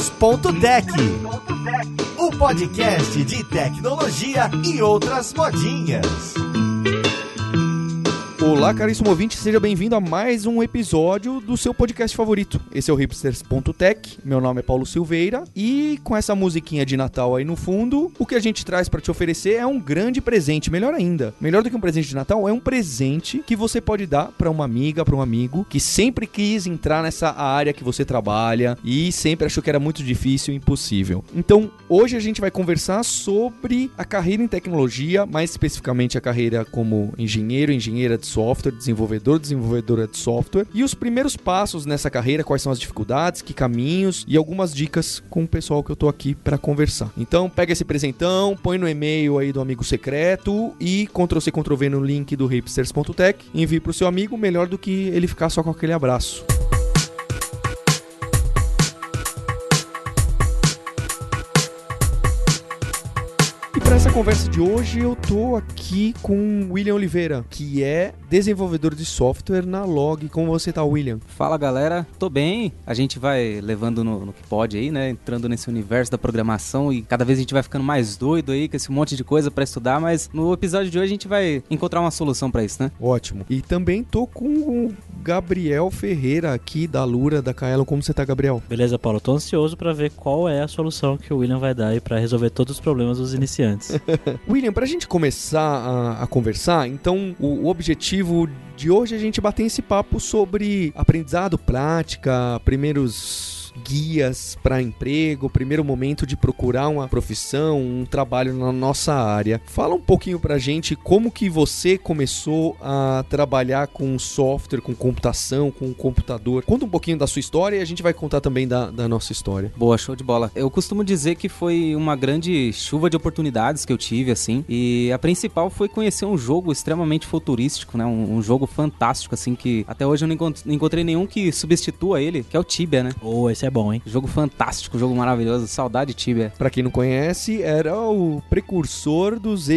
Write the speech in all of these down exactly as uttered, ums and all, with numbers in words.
hipsters.tech, o podcast de tecnologia e outras modinhas. Olá, caríssimo ouvinte, seja bem-vindo a mais um episódio do seu podcast favorito. Esse é o hipsters.tech, meu nome é Paulo Silveira e com essa musiquinha de Natal aí no fundo, o que a gente traz para te oferecer é um grande presente, melhor ainda. Melhor do que um presente de Natal, é um presente que você pode dar para uma amiga, para um amigo que sempre quis entrar nessa área que você trabalha e sempre achou que era muito difícil e impossível. Então, hoje a gente vai conversar sobre a carreira em tecnologia, mais especificamente a carreira como engenheiro, engenheira de software, desenvolvedor, desenvolvedora de software e os primeiros passos nessa carreira, quais são as dificuldades, que caminhos e algumas dicas com o pessoal que eu tô aqui para conversar. Então pega esse presentão, põe no e-mail aí do amigo secreto e control C, control V no link do hipsters.tech, envie pro seu amigo, melhor do que ele ficar só com aquele abraço. Para essa conversa de hoje, eu tô aqui com o William Oliveira, que é desenvolvedor de software na Log. Como você tá, William? Fala, galera. Tô bem. A gente vai levando no, no que pode aí, né? Entrando nesse universo da programação e cada vez a gente vai ficando mais doido aí com esse monte de coisa pra estudar, mas no episódio de hoje a gente vai encontrar uma solução pra isso, né? Ótimo. E também tô com o Gabriel Ferreira aqui da Lura, da Kaelon. Como você tá, Gabriel? Beleza, Paulo. Tô ansioso pra ver qual é a solução que o William vai dar aí pra resolver todos os problemas dos iniciantes. William, pra gente começar a, a conversar, então o, o objetivo de hoje é a gente bater esse papo sobre aprendizado, prática, primeiros guias para emprego, primeiro momento de procurar uma profissão, um trabalho na nossa área. Fala um pouquinho pra gente como que você começou a trabalhar com software, com computação, com computador. Conta um pouquinho da sua história e a gente vai contar também da, da nossa história. Boa, show de bola. Eu costumo dizer que foi uma grande chuva de oportunidades que eu tive, assim, e a principal foi conhecer um jogo extremamente futurístico, né, um, um jogo fantástico, assim, que até hoje eu não encontrei nenhum que substitua ele, que é o Tibia, né? Oh, esse é bom, hein? Jogo fantástico, jogo maravilhoso, saudade Tibia. Pra quem não conhece, era o precursor dos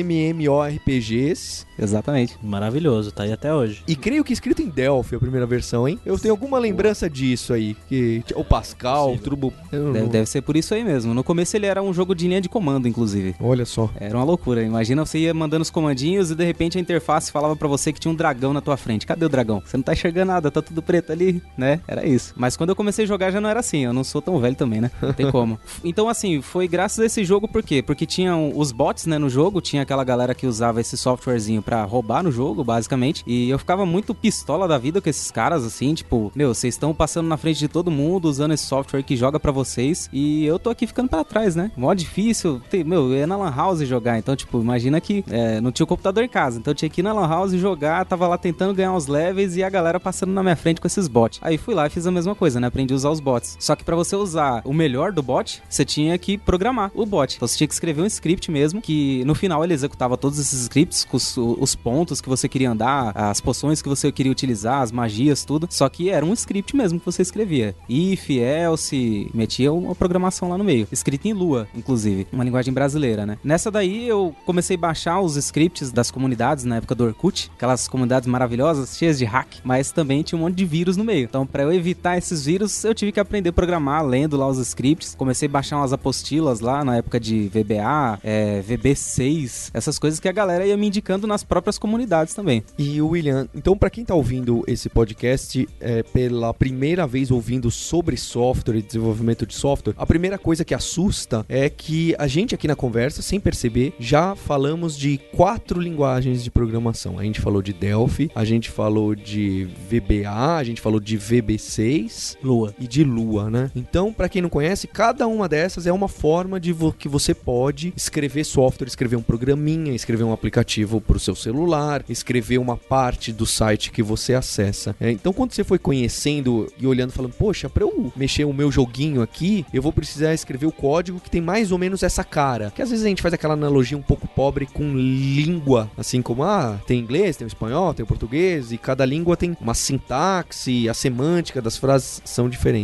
MMORPGs. Exatamente. Maravilhoso, tá aí até hoje. E creio que escrito em Delphi a primeira versão, hein? Eu tenho alguma lembrança disso aí, que o Pascal, o Turbo... Deve, deve ser por isso aí mesmo. No começo ele era um jogo de linha de comando, inclusive. Olha só. Era uma loucura. Imagina você ia mandando os comandinhos e de repente a interface falava pra você que tinha um dragão na tua frente. Cadê o dragão? Você não tá enxergando nada, tá tudo preto ali, né? Era isso. Mas quando eu comecei a jogar já não era assim. Eu não sou tão velho também, né? Não tem como. Então, assim, foi graças a esse jogo, por quê? Porque tinham os bots, né, no jogo, tinha aquela galera que usava esse softwarezinho pra roubar no jogo, basicamente, e eu ficava muito pistola da vida com esses caras, assim, tipo, meu, vocês estão passando na frente de todo mundo, usando esse software que joga pra vocês, e eu tô aqui ficando pra trás, né? Mó difícil, tem, meu, eu ia na lan house jogar, então, tipo, imagina que é, não tinha o computador em casa, então eu tinha que ir na lan house jogar, tava lá tentando ganhar uns levels e a galera passando na minha frente com esses bots. Aí fui lá e fiz a mesma coisa, né? Aprendi a usar os bots. Só que pra você usar o melhor do bot, você tinha que programar o bot. Então você tinha que escrever um script mesmo, que no final ele executava todos esses scripts com os, os pontos que você queria andar, as poções que você queria utilizar, as magias, tudo. Só que era um script mesmo que você escrevia. If, else, metia uma programação lá no meio. Escrito em Lua, inclusive. Uma linguagem brasileira, né? Nessa daí eu comecei a baixar os scripts das comunidades na época do Orkut. Aquelas comunidades maravilhosas, cheias de hack, mas também tinha um monte de vírus no meio. Então pra eu evitar esses vírus, eu tive que aprender a programar, lendo lá os scripts. Comecei a baixar umas apostilas lá na época de V B A, é, V B seis, essas coisas que a galera ia me indicando nas próprias comunidades também. E o William, então pra quem tá ouvindo esse podcast é, pela primeira vez ouvindo sobre software e desenvolvimento de software, a primeira coisa que assusta é que a gente aqui na conversa, sem perceber, já falamos de quatro linguagens de programação. A gente falou de Delphi, a gente falou de V B A, a gente falou de V B seis, Lua e de Lua, né? Então, pra quem não conhece, cada uma dessas é uma forma de vo- que você pode escrever software, escrever um programinha, escrever um aplicativo pro seu celular, escrever uma parte do site que você acessa. É, então, quando você foi conhecendo e olhando, falando, poxa, pra eu mexer o meu joguinho aqui, eu vou precisar escrever o código que tem mais ou menos essa cara. Que às vezes a gente faz aquela analogia um pouco pobre com língua, assim como, ah, tem inglês, tem o espanhol, tem o português, e cada língua tem uma sintaxe, a semântica das frases são diferentes. Com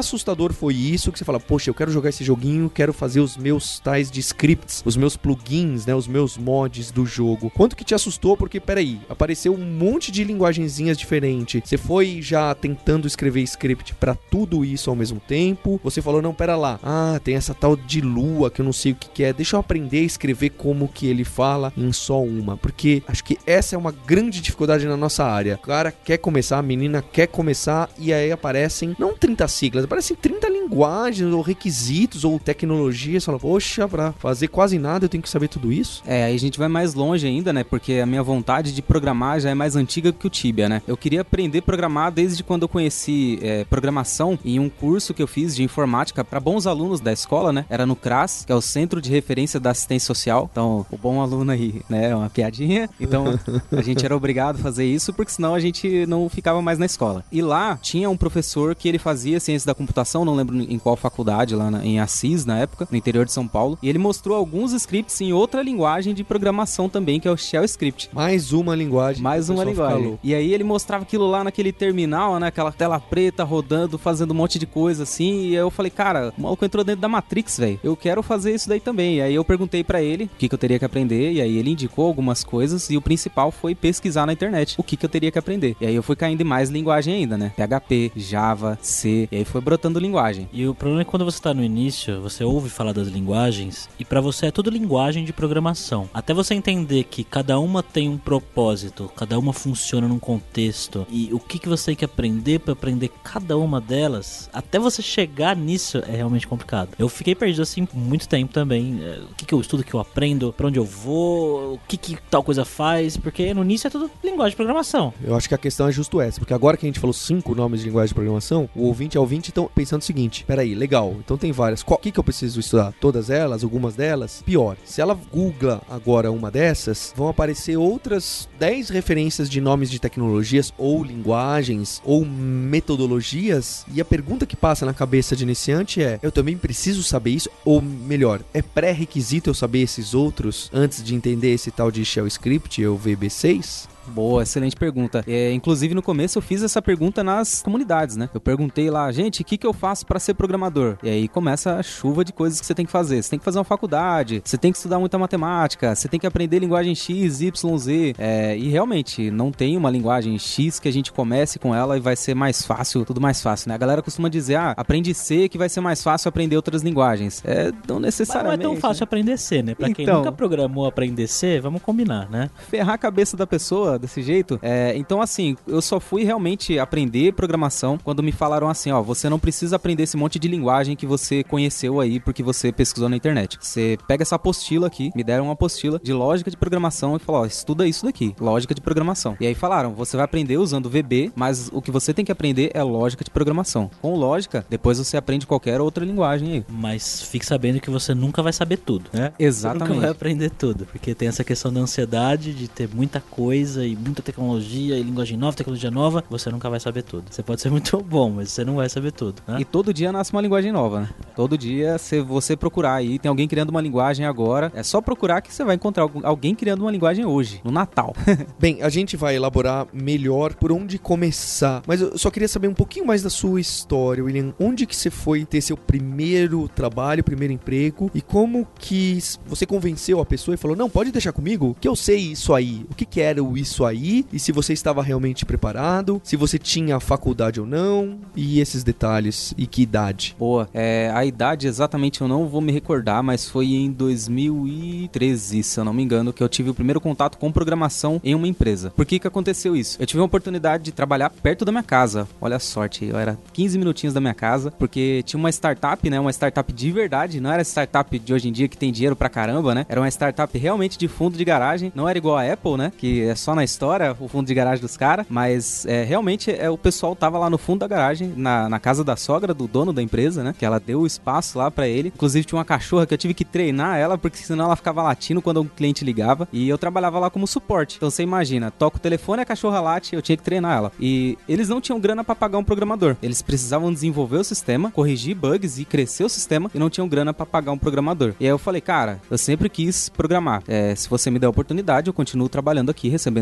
assustador foi isso que você fala, poxa, eu quero jogar esse joguinho, quero fazer os meus tais de scripts, os meus plugins, né, os meus mods do jogo. Quanto que te assustou? Porque, peraí, apareceu um monte de linguagenzinhas diferentes. Você foi já tentando escrever script pra tudo isso ao mesmo tempo. Você falou, não, pera lá. Ah, tem essa tal de lua que eu não sei o que que é. Deixa eu aprender a escrever como que ele fala em só uma. Porque acho que essa é uma grande dificuldade na nossa área. O cara quer começar, a menina quer começar e aí aparecem, não trinta siglas, aparecem trinta linguagens ou requisitos ou tecnologias. Você fala, poxa, pra fazer quase nada eu tenho que saber tudo isso? É, aí a gente vai mais longe ainda, né? Porque a minha vontade de programar já é mais antiga que o Tibia, né? Eu queria aprender a programar desde quando eu conheci é, programação em um curso que eu fiz de informática para bons alunos da escola, né? Era no CRAS, que é o Centro de Referência da Assistência Social. Então, o bom aluno aí, né? É uma piadinha. Então, a gente era obrigado a fazer isso, porque senão a gente não ficava mais na escola. E lá tinha um professor que ele fazia ciência da computação, não lembro em qual faculdade, lá na, em Assis, na época, no interior de São Paulo. E ele mostrou alguns scripts em outra linguagem de programação também, que é o Shell Script. Mais uma linguagem. Mais uma linguagem. E aí ele mostrava aquilo lá naquele terminal, né? Aquela tela preta rodando, fazendo um monte de coisa assim. E eu falei, cara, o maluco entrou dentro da Matrix, velho. Eu quero fazer isso daí também. E aí eu perguntei pra ele o que, que eu teria que aprender. E aí ele indicou algumas coisas. E o principal foi pesquisar na internet o que, que eu teria que aprender. E aí eu fui caindo em mais linguagem ainda, né? P H P, Java, C. E aí foi brotando linguagem. E o problema é que quando você tá no início, você ouve falar das linguagens e pra você é tudo linguagem de programação. Até você entender que cada uma tem um propósito, cada uma funciona num contexto e o que, que você tem que aprender pra aprender cada uma delas, até você chegar nisso é realmente complicado. Eu fiquei perdido assim muito tempo também. O que, que eu estudo, o que eu aprendo, pra onde eu vou, o que, que tal coisa faz, porque no início é tudo linguagem de programação. Eu acho que a questão é justo essa, porque agora que a gente falou cinco nomes de linguagem de programação, o ouvinte e a ouvinte estão pensando o seguinte, peraí, legal, então tem várias, o que, que eu preciso estudar? Todas elas? Algumas delas? Pior, se ela googla agora uma dessas, vão aparecer outras dez referências de nomes de tecnologias ou linguagens ou metodologias, e a pergunta que passa na cabeça de iniciante é, eu também preciso saber isso? Ou melhor, é pré-requisito eu saber esses outros antes de entender esse tal de Shell Script ou V B seis? Boa, excelente pergunta. É, inclusive, no começo eu fiz essa pergunta nas comunidades, né? Eu perguntei lá, gente, o que, que eu faço pra ser programador? E aí começa a chuva de coisas que você tem que fazer. Você tem que fazer uma faculdade, você tem que estudar muita matemática, você tem que aprender linguagem X, Y, Z. É, e realmente, não tem uma linguagem X que a gente comece com ela e vai ser mais fácil, tudo mais fácil, né? A galera costuma dizer, ah, aprende C que vai ser mais fácil aprender outras linguagens. É, não necessariamente. Mas não é tão fácil, né? Aprender C, né? Pra então, quem nunca programou aprender C, vamos combinar, né? Ferrar a cabeça da pessoa desse jeito. É, então, assim, eu só fui realmente aprender programação quando me falaram assim, ó, você não precisa aprender esse monte de linguagem que você conheceu aí porque você pesquisou na internet. Você pega essa apostila aqui, me deram uma apostila de lógica de programação e falou, ó, estuda isso daqui, lógica de programação. E aí falaram, você vai aprender usando V B, mas o que você tem que aprender é lógica de programação. Com lógica, depois você aprende qualquer outra linguagem aí. Mas fique sabendo que você nunca vai saber tudo, né? Exatamente. Você nunca vai aprender tudo, porque tem essa questão da ansiedade de ter muita coisa e muita tecnologia e linguagem nova, tecnologia nova, você nunca vai saber tudo. Você pode ser muito bom, mas você não vai saber tudo, né? E todo dia nasce uma linguagem nova, né? Todo dia, se você procurar aí, tem alguém criando uma linguagem agora, é só procurar que você vai encontrar alguém criando uma linguagem hoje, no Natal. Bem, a gente vai elaborar melhor por onde começar, mas eu só queria saber um pouquinho mais da sua história, William. Onde que você foi ter seu primeiro trabalho, primeiro emprego, e como que você convenceu a pessoa e falou, não, pode deixar comigo, que eu sei isso aí. O que que era o isso aí? E se você estava realmente preparado, se você tinha faculdade ou não, e esses detalhes, e que idade? Boa, é, a idade exatamente eu não vou me recordar, mas foi em dois mil e treze, se eu não me engano, que eu tive o primeiro contato com programação em uma empresa. Por que que aconteceu isso? Eu tive a oportunidade de trabalhar perto da minha casa, olha a sorte, eu era quinze minutinhos da minha casa, porque tinha uma startup, né, uma startup de verdade, não era startup de hoje em dia que tem dinheiro pra caramba, né, era uma startup realmente de fundo de garagem, não era igual a Apple, né, que é só na história, o fundo de garagem dos caras, mas é, realmente é, o pessoal tava lá no fundo da garagem, na, na casa da sogra do dono da empresa, né, que ela deu o espaço lá pra ele, inclusive tinha uma cachorra que eu tive que treinar ela, porque senão ela ficava latindo quando um cliente ligava, e eu trabalhava lá como suporte, então você imagina, toca o telefone, a cachorra late, eu tinha que treinar ela, e eles não tinham grana pra pagar um programador, eles precisavam desenvolver o sistema, corrigir bugs e crescer o sistema, e não tinham grana pra pagar um programador, e aí eu falei, cara, eu sempre quis programar, é, se você me der a oportunidade, eu continuo trabalhando aqui, recebendo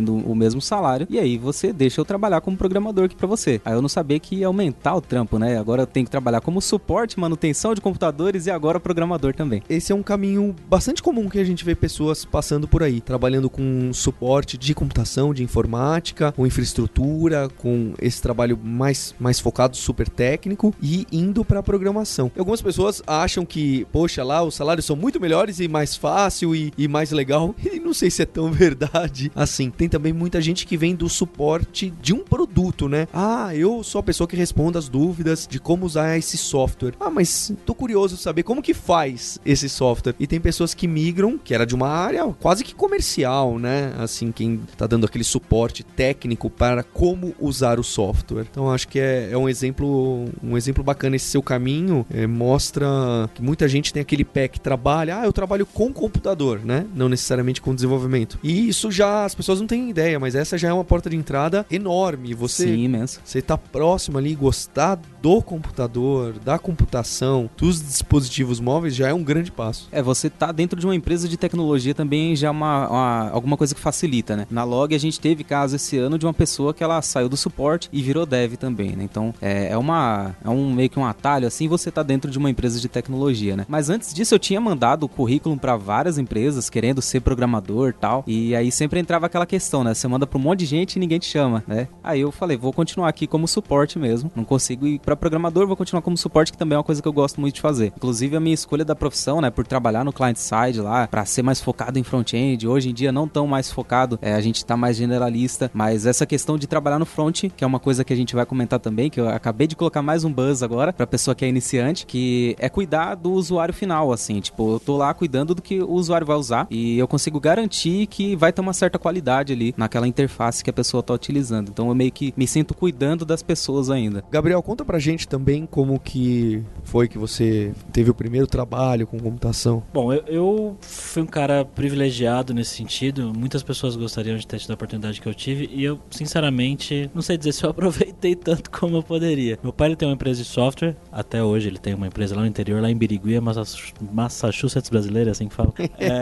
ganhando o mesmo salário, e aí você deixa eu trabalhar como programador aqui pra você. Aí eu não sabia que ia aumentar o trampo, né? Agora eu tenho que trabalhar como suporte, manutenção de computadores e agora programador também. Esse é um caminho bastante comum que a gente vê pessoas passando por aí, trabalhando com suporte de computação, de informática, com infraestrutura, com esse trabalho mais, mais focado, super técnico, e indo pra programação. E algumas pessoas acham que, poxa, lá os salários são muito melhores e mais fácil e, e mais legal, e não sei se é tão verdade assim. Tem também muita gente que vem do suporte de um produto, né? Ah, eu sou a pessoa que responde as dúvidas de como usar esse software. Ah, mas tô curioso de saber como que faz esse software. E tem pessoas que migram, que era de uma área quase que comercial, né? Assim, quem tá dando aquele suporte técnico para como usar o software. Então, acho que é, é um exemplo um exemplo bacana esse seu caminho. É, mostra que muita gente tem aquele pé que trabalha, ah, eu trabalho com computador, né? Não necessariamente com desenvolvimento. E isso já, as pessoas não têm ideia, mas essa já é uma porta de entrada enorme. Você, Sim, imenso. Você tá próximo ali, gostar do computador, da computação, dos dispositivos móveis, já é um grande passo. É, você tá dentro de uma empresa de tecnologia também já é uma, uma, alguma coisa que facilita, né? Na Log a gente teve caso esse ano de uma pessoa que ela saiu do suporte e virou dev também, né? Então é, é, uma, é um meio que um atalho, assim, você tá dentro de uma empresa de tecnologia, né? Mas antes disso eu tinha mandado o currículo para várias empresas querendo ser programador e tal, e aí sempre entrava aquela questão, né? Você manda pra um monte de gente e ninguém te chama, né? Aí eu falei, vou continuar aqui como suporte mesmo, não consigo ir pra programador, vou continuar como suporte, que também é uma coisa que eu gosto muito de fazer. Inclusive a minha escolha da profissão, né, por trabalhar no client side lá, pra ser mais focado em front-end, hoje em dia não tão mais focado, é, a gente tá mais generalista, mas essa questão de trabalhar no front, que é uma coisa que a gente vai comentar também, que eu acabei de colocar mais um buzz agora, pra pessoa que é iniciante, que é cuidar do usuário final, assim, tipo, eu tô lá cuidando do que o usuário vai usar, e eu consigo garantir que vai ter uma certa qualidade ali, naquela interface que a pessoa tá utilizando. Então eu meio que me sinto cuidando das pessoas ainda. Gabriel, conta pra gente também como que foi que você teve o primeiro trabalho com computação. Bom, eu, eu fui um cara privilegiado nesse sentido. Muitas pessoas gostariam de ter tido a oportunidade que eu tive e eu, sinceramente, não sei dizer se eu aproveitei tanto como eu poderia. Meu pai ele tem uma empresa de software, até hoje ele tem uma empresa lá no interior, lá em Birigui, Massachusetts brasileira, assim que fala.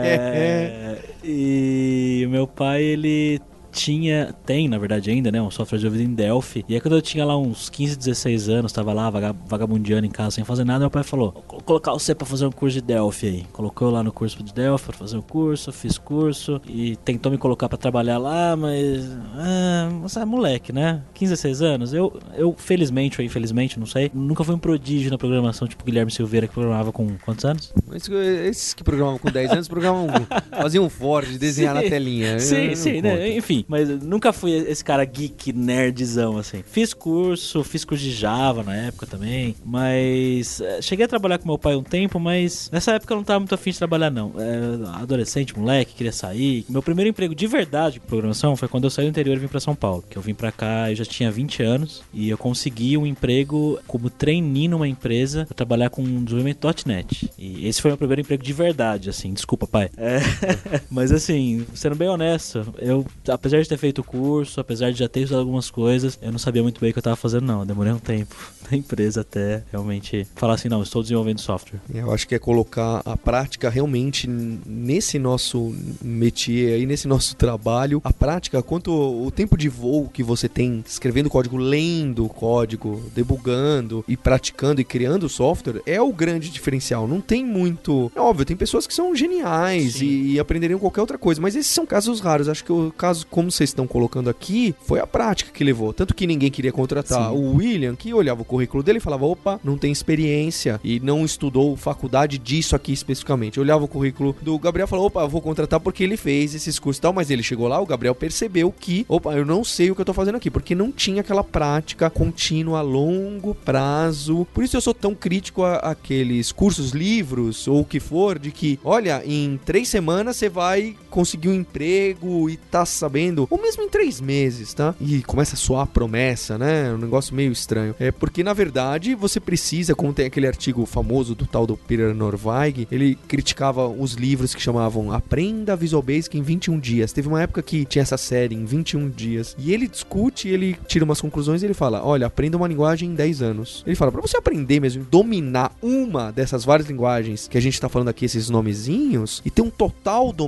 é, e o meu pai, ele tinha, tem na verdade ainda, né, um software desenvolvido em Delphi, e aí quando eu tinha lá uns quinze, dezesseis anos, tava lá vagabundeando em casa sem fazer nada, meu pai falou, vou colocar você pra fazer um curso de Delphi aí, colocou lá no curso de Delphi pra fazer o curso, fiz curso, e tentou me colocar pra trabalhar lá, mas ah, você é moleque, né, quinze, dezesseis anos, eu, eu felizmente ou infelizmente, não sei, nunca fui um prodígio na programação, tipo Guilherme Silveira, que programava com quantos anos? Esses que programavam com dez anos, programavam, faziam um Ford, desenhar sim, na telinha. Sim, sim, né, enfim, mas nunca fui esse cara geek, nerdzão, assim. Fiz curso, fiz curso de Java na época também, mas é, cheguei a trabalhar com meu pai um tempo, mas nessa época eu não tava muito afim de trabalhar, não. É, adolescente, moleque, queria sair. Meu primeiro emprego de verdade de programação foi quando eu saí do interior e vim pra São Paulo, que eu vim pra cá, eu já tinha vinte anos, e eu consegui um emprego como trainee numa empresa pra trabalhar com desenvolvimento .NET. E esse foi meu primeiro emprego de verdade, assim, desculpa, pai. É, mas assim, sendo bem honesto, eu, apesar de ter feito o curso, apesar de já ter usado algumas coisas, eu não sabia muito bem o que eu tava fazendo, não. Eu demorei um tempo na empresa até realmente falar assim, não, estou desenvolvendo software. Eu acho que é colocar a prática realmente nesse nosso métier aí, nesse nosso trabalho, a prática, quanto o tempo de voo que você tem escrevendo código, lendo o código, debugando e praticando e criando software, é o grande diferencial. Não tem muito... É óbvio, tem pessoas que são geniais e, e aprenderiam qualquer outra coisa, mas esses são casos raros. Acho que o caso, como vocês estão colocando aqui, foi a prática que levou. Tanto que ninguém queria contratar. Sim. O William, que olhava o currículo dele e falava, opa, não tem experiência e não estudou faculdade disso aqui especificamente. Eu olhava o currículo do Gabriel e falava, opa, eu vou contratar porque ele fez esses cursos e tal, mas ele chegou lá, o Gabriel percebeu que, opa, eu não sei o que eu tô fazendo aqui, porque não tinha aquela prática contínua a longo prazo. Por isso eu sou tão crítico a aqueles cursos, livros ou o que for, de que, olha, em três semanas você vai conseguir um emprego e tá sabendo, ou mesmo em três meses, tá? E começa a soar promessa, né? Um negócio meio estranho. É porque, na verdade, você precisa, como tem aquele artigo famoso do tal do Peter Norvig, ele criticava os livros que chamavam Aprenda Visual Basic em vinte e um dias. Teve uma época que tinha essa série em vinte e um dias. E ele discute, ele tira umas conclusões e ele fala, olha, aprenda uma linguagem em dez anos. Ele fala, pra você aprender mesmo, dominar uma dessas várias linguagens que a gente tá falando aqui, esses nomezinhos, e ter um total domínio sobre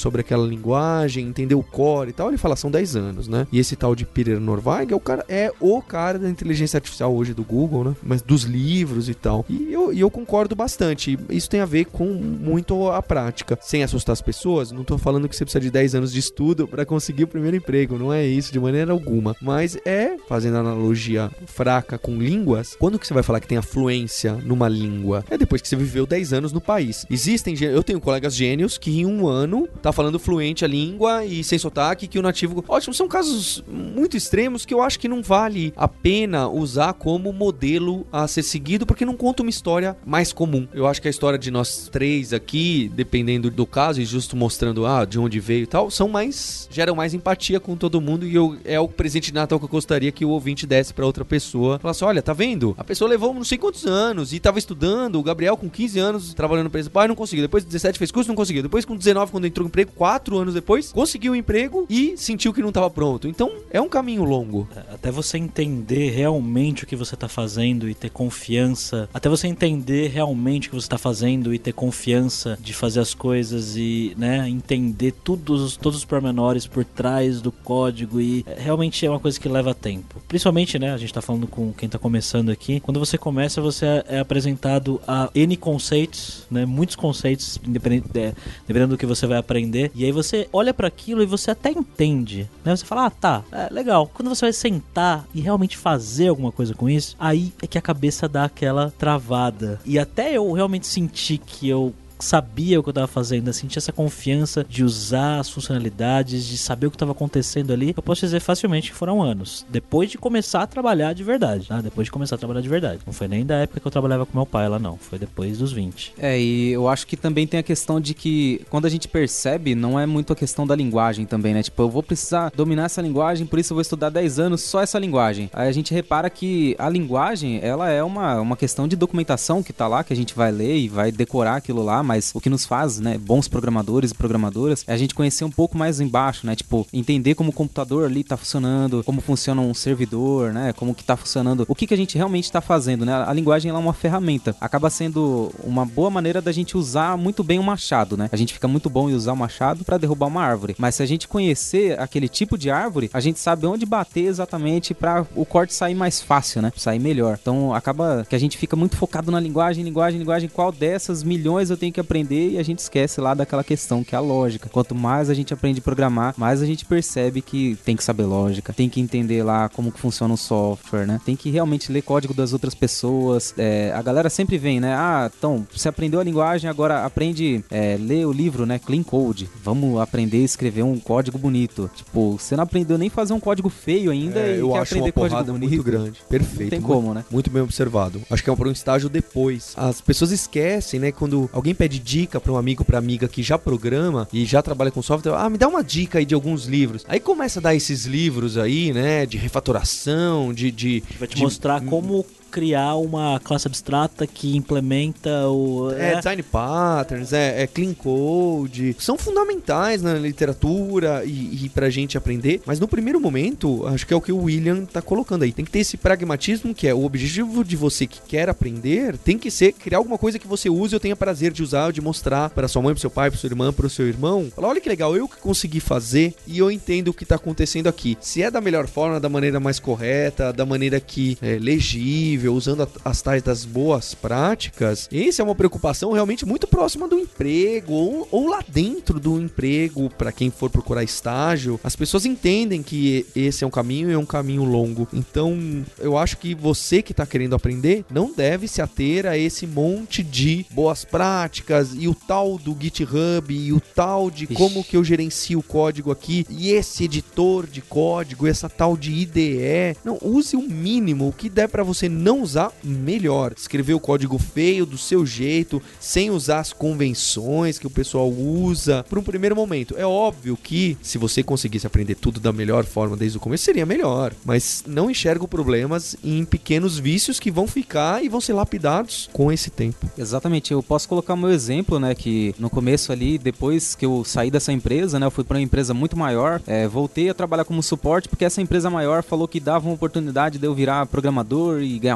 sobre aquela linguagem, entender o core e tal, ele fala, são dez anos, né? E esse tal de Peter Norvig é o cara, é o cara da inteligência artificial hoje do Google, né? Mas dos livros e tal. E eu, e eu concordo bastante. Isso tem a ver com muito a prática. Sem assustar as pessoas, não tô falando que você precisa de dez anos de estudo para conseguir o primeiro emprego, não é isso de maneira alguma. Mas é, fazendo analogia fraca com línguas, quando que você vai falar que tem a fluência numa língua? É depois que você viveu dez anos no país. Existem, eu tenho colegas gênios que em um ano tá falando fluente a língua e sem sotaque, que o nativo... Ótimo, são casos muito extremos que eu acho que não vale a pena usar como modelo a ser seguido, porque não conta uma história mais comum. Eu acho que a história de nós três aqui, dependendo do caso, e justo mostrando ah, de onde veio e tal, são mais... geram mais empatia com todo mundo, e eu, é o presente de Natal que eu gostaria que o ouvinte desse pra outra pessoa. Falasse, olha, tá vendo? A pessoa levou não sei quantos anos e tava estudando, o Gabriel com quinze anos trabalhando pra esse pai, não conseguiu. Depois de dezessete fez curso, não conseguiu. Depois com dezenove, quando entrou no emprego, quatro anos depois, conseguiu o emprego e sentiu que não tava pronto. Então, é um caminho longo. Até você entender realmente o que você tá fazendo e ter confiança, até você entender realmente o que você tá fazendo e ter confiança de fazer as coisas e, né, entender todos, todos os pormenores por trás do código, e realmente é uma coisa que leva tempo. Principalmente, né, a gente tá falando com quem tá começando aqui, quando você começa, você é apresentado a N conceitos, né, muitos conceitos, independente, é, dependendo do que você vai aprender, e aí você olha para aquilo e você até entende, né, você fala, ah, tá, é legal. Quando você vai sentar e realmente fazer alguma coisa com isso, aí é que a cabeça dá aquela travada, e até eu realmente senti que eu sabia o que eu tava fazendo, eu sentia essa confiança de usar as funcionalidades, de saber o que estava acontecendo ali. Eu posso dizer facilmente que foram anos, depois de começar a trabalhar de verdade, tá? Depois de começar a trabalhar de verdade. Não foi nem da época que eu trabalhava com meu pai lá, não. Foi depois dos vinte. É, e eu acho que também tem a questão de que quando a gente percebe, não é muito a questão da linguagem também, né? Tipo, eu vou precisar dominar essa linguagem, por isso eu vou estudar dez anos só essa linguagem. Aí a gente repara que a linguagem, ela é uma, uma questão de documentação que tá lá, que a gente vai ler e vai decorar aquilo lá, mas o que nos faz, né, bons programadores e programadoras é a gente conhecer um pouco mais embaixo, né, tipo, entender como o computador ali tá funcionando, como funciona um servidor, né, como que tá funcionando, o que que a gente realmente tá fazendo, né, a linguagem ela é uma ferramenta, acaba sendo uma boa maneira da gente usar muito bem o machado, né, a gente fica muito bom em usar o machado para derrubar uma árvore, mas se a gente conhecer aquele tipo de árvore, a gente sabe onde bater exatamente para o corte sair mais fácil, né, sair melhor, então acaba que a gente fica muito focado na linguagem, linguagem, linguagem, qual dessas milhões eu tenho que aprender, e a gente esquece lá daquela questão que é a lógica. Quanto mais a gente aprende a programar, mais a gente percebe que tem que saber lógica, tem que entender lá como que funciona o software, né? Tem que realmente ler código das outras pessoas. É, a galera sempre vem, né? Ah, então, você aprendeu a linguagem, agora aprende é, ler o livro, né? Clean Code. Vamos aprender a escrever um código bonito. Tipo, você não aprendeu nem fazer um código feio ainda é, e eu quer acho aprender uma código porrada bonito. Muito grande. Perfeito. Não tem muito, como, né? Muito bem observado. Acho que é para um estágio depois. As pessoas esquecem, né? Quando alguém pede dica para um amigo, para amiga que já programa e já trabalha com software, ah, me dá uma dica aí de alguns livros. Aí começa a dar esses livros aí, né, de refatoração, de... de vai te de, mostrar como criar uma classe abstrata que implementa o... É, é design patterns, é, é clean code, são fundamentais na literatura e, e pra gente aprender, mas no primeiro momento, acho que é o que o William tá colocando aí, tem que ter esse pragmatismo que é o objetivo de você que quer aprender, tem que ser criar alguma coisa que você use, eu tenha prazer de usar, de mostrar para sua mãe, pro seu pai, pro sua irmã, pro seu irmão, falar, olha que legal, eu que consegui fazer e eu entendo o que tá acontecendo aqui, se é da melhor forma, da maneira mais correta, da maneira que é legível, usando a, as tais das boas práticas, essa é uma preocupação realmente muito próxima do emprego, ou, ou lá dentro do emprego, para quem for procurar estágio, as pessoas entendem que esse é um caminho e é um caminho longo. Então, eu acho que você que está querendo aprender, não deve se ater a esse monte de boas práticas, e o tal do GitHub, e o tal de como que eu gerencio o código aqui, e esse editor de código, essa tal de I D E. Não, use o mínimo, o que der para você não não usar, melhor. Escrever o código feio do seu jeito, sem usar as convenções que o pessoal usa, por um primeiro momento. É óbvio que se você conseguisse aprender tudo da melhor forma desde o começo, seria melhor. Mas não enxergo problemas em pequenos vícios que vão ficar e vão ser lapidados com esse tempo. Exatamente. Eu posso colocar o meu exemplo, né, que no começo ali, depois que eu saí dessa empresa, né, eu fui para uma empresa muito maior, é, voltei a trabalhar como suporte, porque essa empresa maior falou que dava uma oportunidade de eu virar programador e ganhar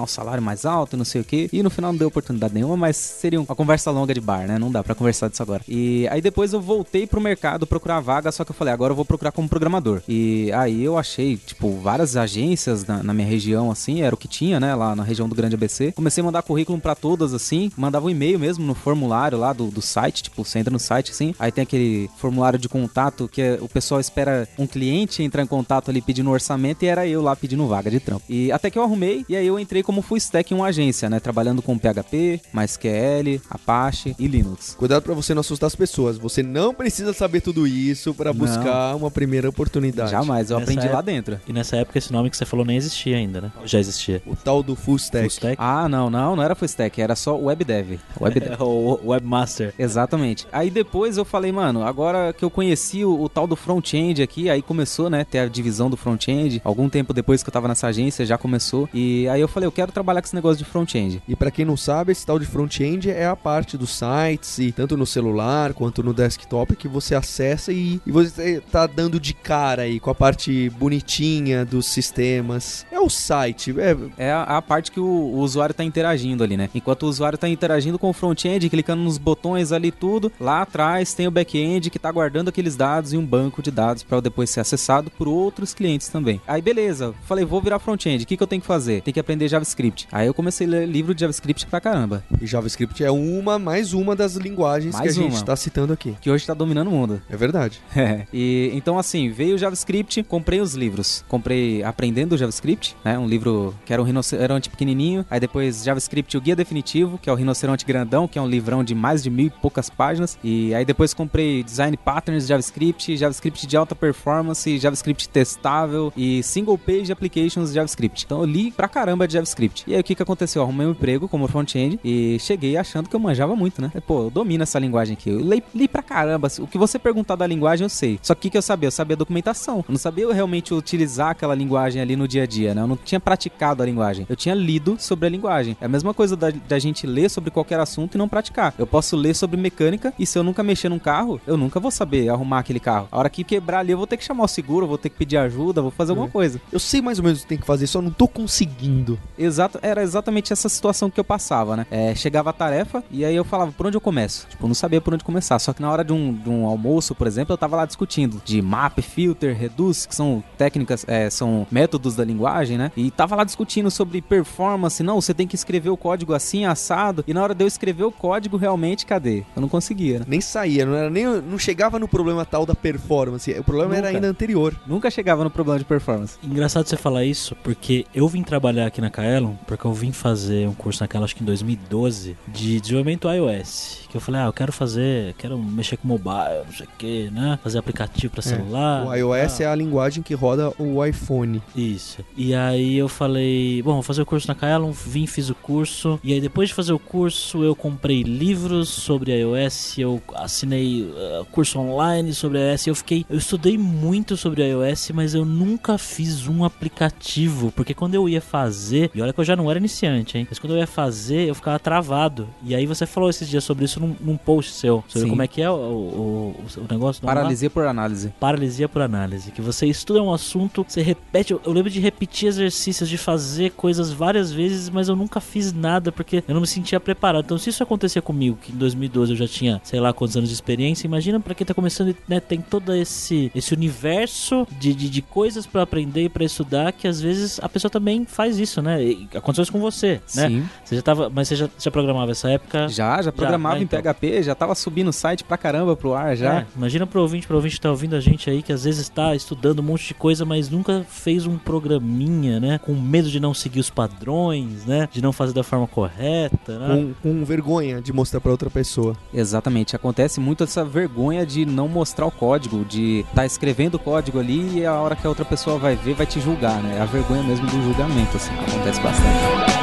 ganhar um salário mais alto e não sei o quê. E no final não deu oportunidade nenhuma, mas seria uma conversa longa de bar, né? Não dá pra conversar disso agora. E aí depois eu voltei pro mercado procurar vaga, só que eu falei, agora eu vou procurar como programador. E aí eu achei, tipo, várias agências na, na minha região, assim, era o que tinha, né? Lá na região do Grande A B C. Comecei a mandar currículo pra todas, assim, mandava um e-mail mesmo no formulário lá do, do site, tipo, você entra no site, assim, aí tem aquele formulário de contato que é, o pessoal espera um cliente entrar em contato ali pedindo orçamento e era eu lá pedindo vaga de trampo. E até que eu arrumei, e aí eu entrei como full stack em uma agência, né? Trabalhando com P H P, MySQL, Apache e Linux. Cuidado pra você não assustar as pessoas. Você não precisa saber tudo isso pra buscar uma primeira oportunidade. Jamais, eu Nessa aprendi época- lá dentro. E nessa época esse nome que você falou nem existia ainda, né? Ou já existia? O tal do full stack. Full stack? Ah, não, não, não era full stack, era só web dev. Web dev. É, o o webmaster. Exatamente. Aí depois eu falei, mano, agora que eu conheci o, o tal do front-end aqui, aí começou, né, ter a divisão do front-end. Algum tempo depois que eu tava nessa agência, já começou. E aí eu falei, eu quero trabalhar com esse negócio de front-end. E pra quem não sabe, esse tal de front-end é a parte dos sites, e tanto no celular quanto no desktop, que você acessa e, e você tá dando de cara aí com a parte bonitinha dos sistemas. É o site, é, É a, a parte que o, o usuário tá interagindo ali, né? Enquanto o usuário tá interagindo com o front-end, clicando nos botões ali tudo, lá atrás tem o back-end que tá guardando aqueles dados em um banco de dados para depois ser acessado por outros clientes também. Aí beleza, falei, vou virar front-end, o que que eu tenho que fazer? Tem que aprender JavaScript. Aí eu comecei a ler livro de JavaScript pra caramba, e JavaScript é uma, mais uma das linguagens Mais que a gente uma. tá citando aqui. que hoje tá dominando o mundo. É verdade. É. E então assim, veio o JavaScript, comprei os livros. Comprei Aprendendo JavaScript, né? Um livro que era um rinoceronte pequenininho. Aí depois JavaScript, o Guia Definitivo, que é o rinoceronte grandão, que é um livrão de mais de mil e poucas páginas. E aí depois comprei Design Patterns de JavaScript, JavaScript de alta performance, JavaScript testável e Single Page Applications de JavaScript. Então eu li pra caramba de JavaScript. E aí o que que aconteceu? Eu arrumei um emprego como front-end e cheguei achando que eu manjava muito, né? Pô, eu domino essa linguagem aqui. Eu li, li pra caramba. O que você perguntar da linguagem eu sei. Só que o que que eu sabia? Eu sabia a documentação. Eu não sabia realmente utilizar aquela linguagem ali no dia a dia, né? Eu não tinha praticado a linguagem. Eu tinha lido sobre a linguagem. É a mesma coisa da, da gente ler sobre qualquer assunto e não praticar. Eu posso ler sobre mecânica e se eu nunca mexer num carro, eu nunca vou saber arrumar aquele carro. A hora que quebrar ali, eu vou ter que chamar o seguro, eu vou ter que pedir ajuda, vou fazer alguma coisa. Eu sei mais ou menos o que tem que fazer, só não tô conseguindo. Exato, era exatamente essa situação que eu passava, né? É, chegava a tarefa e aí eu falava, por onde eu começo? Tipo, eu não sabia por onde começar. Só que na hora de um, de um almoço, por exemplo, eu tava lá discutindo de map, filter, reduce, que são técnicas, é, são métodos da linguagem, né? E tava lá discutindo sobre performance. Não, você tem que escrever o código assim, assado. E na hora de eu escrever o código, realmente, cadê? Eu não conseguia, né? Nem saía, não era nem, não chegava no problema tal da performance. O problema era Nunca. ainda anterior. Nunca chegava no problema de performance. Engraçado você falar isso, porque eu vim trabalhar aqui na Kaelon, porque eu vim fazer um curso naquela, acho que em dois mil e doze, de desenvolvimento iOS. Que eu falei, ah, eu quero fazer, quero mexer com mobile, não sei o que, né? Fazer aplicativo pra celular. O iOS ah. é a linguagem que roda o iPhone. Isso. E aí eu falei, bom, vou fazer o curso na Kaelon, vim, fiz o curso. E aí depois de fazer o curso, eu comprei livros sobre iOS, eu assinei uh, curso online sobre iOS. Eu fiquei, eu estudei muito sobre iOS, mas eu nunca fiz um aplicativo, porque quando eu ia fazer, e olha que eu já não era iniciante, hein? Mas quando eu ia fazer, eu ficava travado. E aí você falou esses dias sobre isso num, num post seu, sobre Sim. como é que é o, o, o, o negócio? Vamos lá? Paralisia por análise. Paralisia por análise, que você estuda um assunto, você repete, eu, eu lembro de repetir exercícios, de fazer coisas várias vezes, mas eu nunca fiz nada porque eu não me sentia preparado. Então se isso acontecer comigo, que em dois mil e doze eu já tinha, sei lá quantos anos de experiência, imagina pra quem tá começando, né, tem todo esse, esse universo de, de, de coisas pra aprender e pra estudar, que às vezes a pessoa também faz isso, né? E aconteceu isso com você, né? Sim. Você já tava, mas você já, já programava essa época? Já, já programava né, em então. P H P, já tava subindo o site pra caramba pro ar já. É, imagina pro ouvinte, pro ouvinte que tá ouvindo a gente aí, que às vezes tá estudando um monte de coisa, mas nunca fez um programinha, né? Com medo de não seguir os padrões, né? De não fazer da forma correta, né? Com, com vergonha de mostrar pra outra pessoa. Exatamente, acontece muito essa vergonha de não mostrar o código, de estar tá escrevendo o código ali e a hora que a outra pessoa vai ver vai te julgar, né? A vergonha mesmo do julgamento, assim, acontece bastante.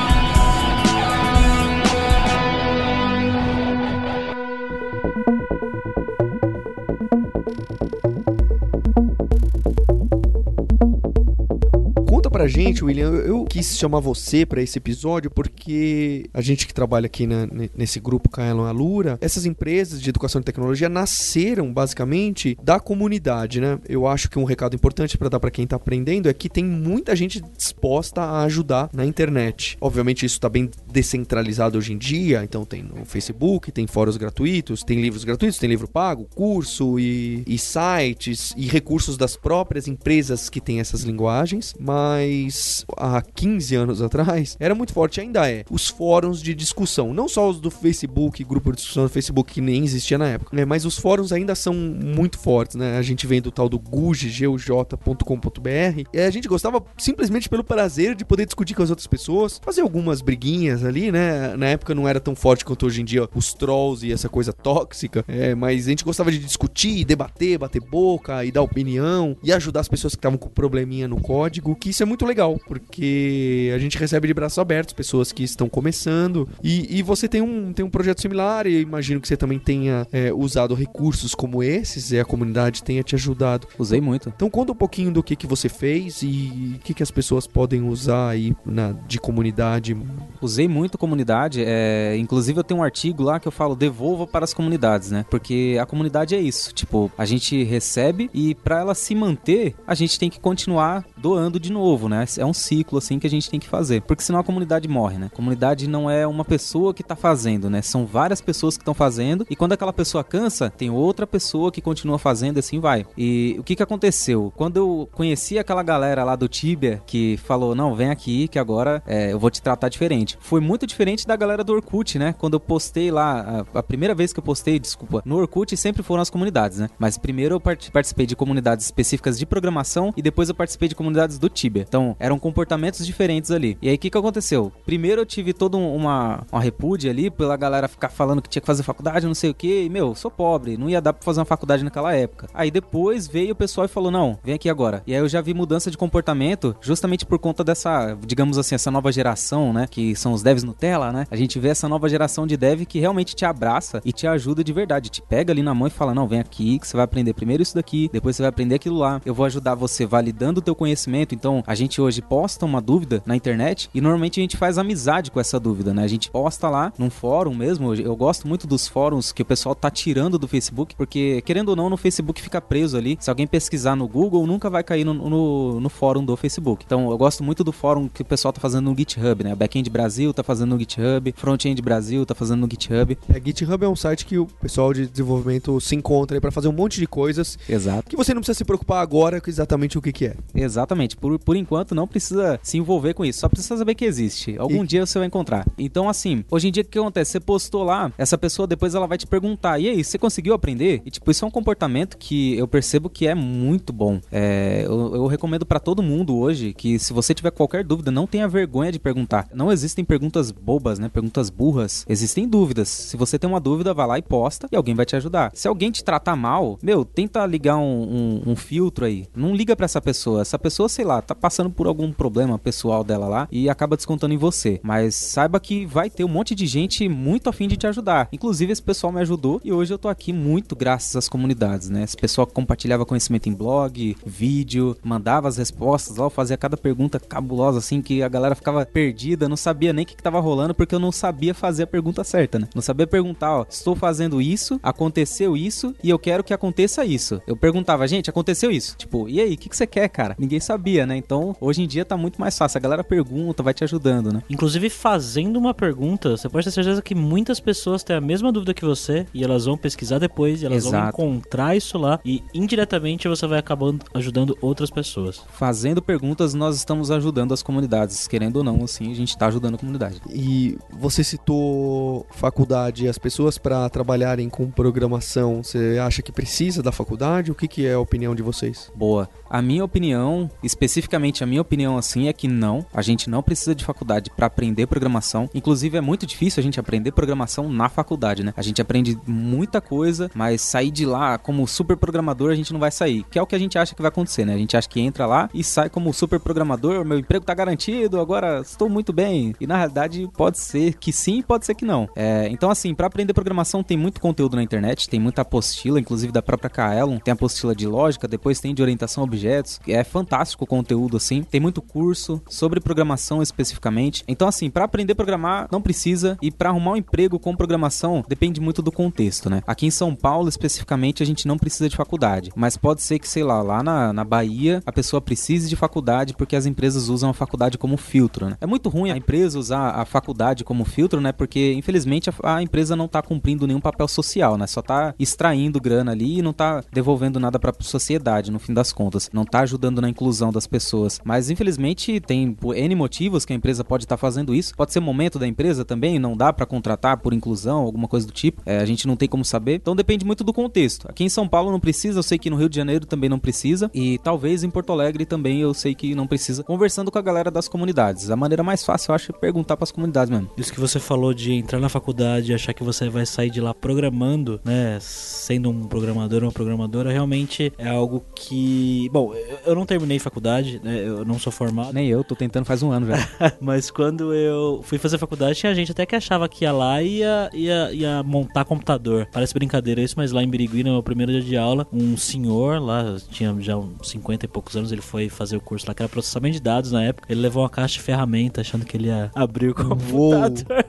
pra gente, William, eu, eu quis chamar você pra esse episódio porque a gente que trabalha aqui na, nesse grupo Kaelon Alura, essas empresas de educação e tecnologia nasceram basicamente da comunidade, né? Eu acho que um recado importante pra dar pra quem tá aprendendo é que tem muita gente disposta a ajudar na internet. Obviamente isso tá bem descentralizado hoje em dia, então tem no Facebook, tem fóruns gratuitos, tem livros gratuitos, tem livro pago, curso e, e sites e recursos das próprias empresas que têm essas linguagens, mas há quinze anos atrás era muito forte, ainda é, os fóruns de discussão, não só os do Facebook, grupo de discussão do Facebook que nem existia na época, né? Mas os fóruns ainda são muito fortes, né? A gente vem do tal do guj ponto com ponto b r e a gente gostava simplesmente pelo prazer de poder discutir com as outras pessoas, fazer algumas briguinhas ali, né? Na época não era tão forte quanto hoje em dia os trolls e essa coisa tóxica, é, mas a gente gostava de discutir, debater, bater boca e dar opinião e ajudar as pessoas que estavam com probleminha no código, que isso é muito legal, porque a gente recebe de braços abertos pessoas que estão começando e, e você tem um, tem um projeto similar e eu imagino que você também tenha é, usado recursos como esses e a comunidade tenha te ajudado. Usei muito. Então conta um pouquinho do que, que você fez e o que, que as pessoas podem usar aí na, de comunidade. Usei muito comunidade, é, inclusive eu tenho um artigo lá que eu falo devolva para as comunidades, né? Porque a comunidade é isso, tipo, a gente recebe e para ela se manter, a gente tem que continuar doando de novo, né? É um ciclo assim que a gente tem que fazer, porque senão a comunidade morre, né? A comunidade não é uma pessoa que tá fazendo, né? São várias pessoas que estão fazendo e quando aquela pessoa cansa, tem outra pessoa que continua fazendo e assim vai. E o que que aconteceu? Quando eu conheci aquela galera lá do Tibia que falou, não, vem aqui que agora é, eu vou te tratar diferente. Foi muito diferente da galera do Orkut, né? Quando eu postei lá, a, a primeira vez que eu postei, desculpa, no Orkut sempre foram as comunidades, né? Mas primeiro eu part- participei de comunidades específicas de programação e depois eu participei de comunidades do Tibia. Então, eram comportamentos diferentes ali. E aí, o que que aconteceu? Primeiro eu tive toda uma, uma repúdia ali pela galera ficar falando que tinha que fazer faculdade, não sei o que. E, meu, sou pobre, não ia dar pra fazer uma faculdade naquela época. Aí depois veio o pessoal e falou, não, vem aqui agora. E aí eu já vi mudança de comportamento justamente por conta dessa, digamos assim, essa nova geração, né? Que são os devs Nutella, né? A gente vê essa nova geração de dev que realmente te abraça e te ajuda de verdade. Te pega ali na mão e fala, não, vem aqui que você vai aprender primeiro isso daqui, depois você vai aprender aquilo lá. Eu vou ajudar você validando o teu conhecimento. Então, a gente hoje posta uma dúvida na internet e normalmente a gente faz amizade com essa dúvida, né? A gente posta lá num fórum mesmo. Eu gosto muito dos fóruns que o pessoal tá tirando do Facebook, porque, querendo ou não, no Facebook fica preso ali. Se alguém pesquisar no Google, nunca vai cair no, no, no fórum do Facebook. Então, eu gosto muito do fórum que o pessoal tá fazendo no GitHub, né? Backend Brasil tá fazendo no GitHub, Frontend Brasil tá fazendo no GitHub. É, GitHub é um site que o pessoal de desenvolvimento se encontra aí pra fazer um monte de coisas. Exato. Que você não precisa se preocupar agora com exatamente o que que é. Exatamente. Por, por enquanto, não precisa se envolver com isso. Só precisa saber que existe. Algum e... dia você vai encontrar. Então, assim, hoje em dia, o que acontece? Você postou lá, essa pessoa depois ela vai te perguntar, e aí, você conseguiu aprender? E, tipo, isso é um comportamento que eu percebo que é muito bom. É, eu, eu recomendo pra todo mundo hoje que se você tiver qualquer dúvida, não tenha vergonha de perguntar. Não existem perguntas bobas, né? Perguntas burras. Existem dúvidas. Se você tem uma dúvida, vai lá e posta e alguém vai te ajudar. Se alguém te tratar mal, meu, tenta ligar um, um, um filtro aí. Não liga pra essa pessoa. Essa pessoa, sei lá, tá passando por algum problema pessoal dela lá e acaba descontando em você. Mas saiba que vai ter um monte de gente muito afim de te ajudar. Inclusive, esse pessoal me ajudou e hoje eu tô aqui muito graças às comunidades, né? Esse pessoal que compartilhava conhecimento em blog, vídeo, mandava as respostas lá, eu fazia cada pergunta cabulosa, assim, que a galera ficava perdida, não sabia nem o que, que tava rolando, porque eu não sabia fazer a pergunta certa, né? Não sabia perguntar, ó, estou fazendo isso, aconteceu isso e eu quero que aconteça isso. Eu perguntava, gente, aconteceu isso? Tipo, e aí, o que, que você quer, cara? Ninguém sabia, né? Então, hoje em dia tá muito mais fácil. A galera pergunta, vai te ajudando, né? Inclusive, fazendo uma pergunta, você pode ter certeza que muitas pessoas têm a mesma dúvida que você e elas vão pesquisar depois e elas Exato. vão encontrar isso lá e indiretamente você vai acabando ajudando outras pessoas. Fazendo perguntas, nós estamos ajudando as comunidades. Querendo ou não, assim, a gente tá ajudando a comunidade. E você citou faculdade, as pessoas para trabalharem com programação, você acha que precisa da faculdade? O que, que é a opinião de vocês? Boa. A minha opinião, especificamente a minha opinião assim, é que não, a gente não precisa de faculdade para aprender programação. Inclusive é muito difícil a gente aprender programação na faculdade, né? A gente aprende muita coisa, mas sair de lá como super programador a gente não vai sair, que é o que a gente acha que vai acontecer, né? A gente acha que entra lá e sai como super programador, meu emprego tá garantido, agora estou muito bem. E na realidade pode ser que sim, pode ser que não. É, então assim, para aprender programação tem muito conteúdo na internet, tem muita apostila, inclusive da própria Kaelon, tem apostila de lógica, depois tem de orientação objetiva objetos. É fantástico o conteúdo, assim. Tem muito curso sobre programação especificamente. Então, assim, pra aprender a programar, não precisa. E pra arrumar um emprego com programação, depende muito do contexto, né? Aqui em São Paulo, especificamente, a gente não precisa de faculdade. Mas pode ser que, sei lá, lá na, na Bahia, a pessoa precise de faculdade porque as empresas usam a faculdade como filtro, né? É muito ruim a empresa usar a faculdade como filtro, né? Porque, infelizmente, a, a empresa não tá cumprindo nenhum papel social, né? Só tá extraindo grana ali e não tá devolvendo nada pra sociedade, no fim das contas. Não tá ajudando na inclusão das pessoas. Mas, infelizmente, tem por N motivos que a empresa pode estar fazendo isso. Pode ser momento da empresa também, não dá pra contratar por inclusão, alguma coisa do tipo. É, a gente não tem como saber. Então, depende muito do contexto. Aqui em São Paulo não precisa, eu sei que no Rio de Janeiro também não precisa. E talvez em Porto Alegre também eu sei que não precisa. Conversando com a galera das comunidades. A maneira mais fácil, eu acho, é perguntar pras comunidades mesmo. Isso que você falou de entrar na faculdade e achar que você vai sair de lá programando, né, sendo um programador ou uma programadora, realmente é algo que... Bom, eu não terminei faculdade, né, eu não sou formado. Nem eu, tô tentando faz um ano já. Mas quando eu fui fazer faculdade, tinha gente até que achava que ia lá e ia, ia, ia montar computador. Parece brincadeira isso, mas lá em Birigui, no meu primeiro dia de aula, um senhor lá, tinha já uns cinquenta e poucos anos, ele foi fazer o curso lá, que era processamento de dados na época. Ele levou uma caixa de ferramenta achando que ele ia abrir o computador.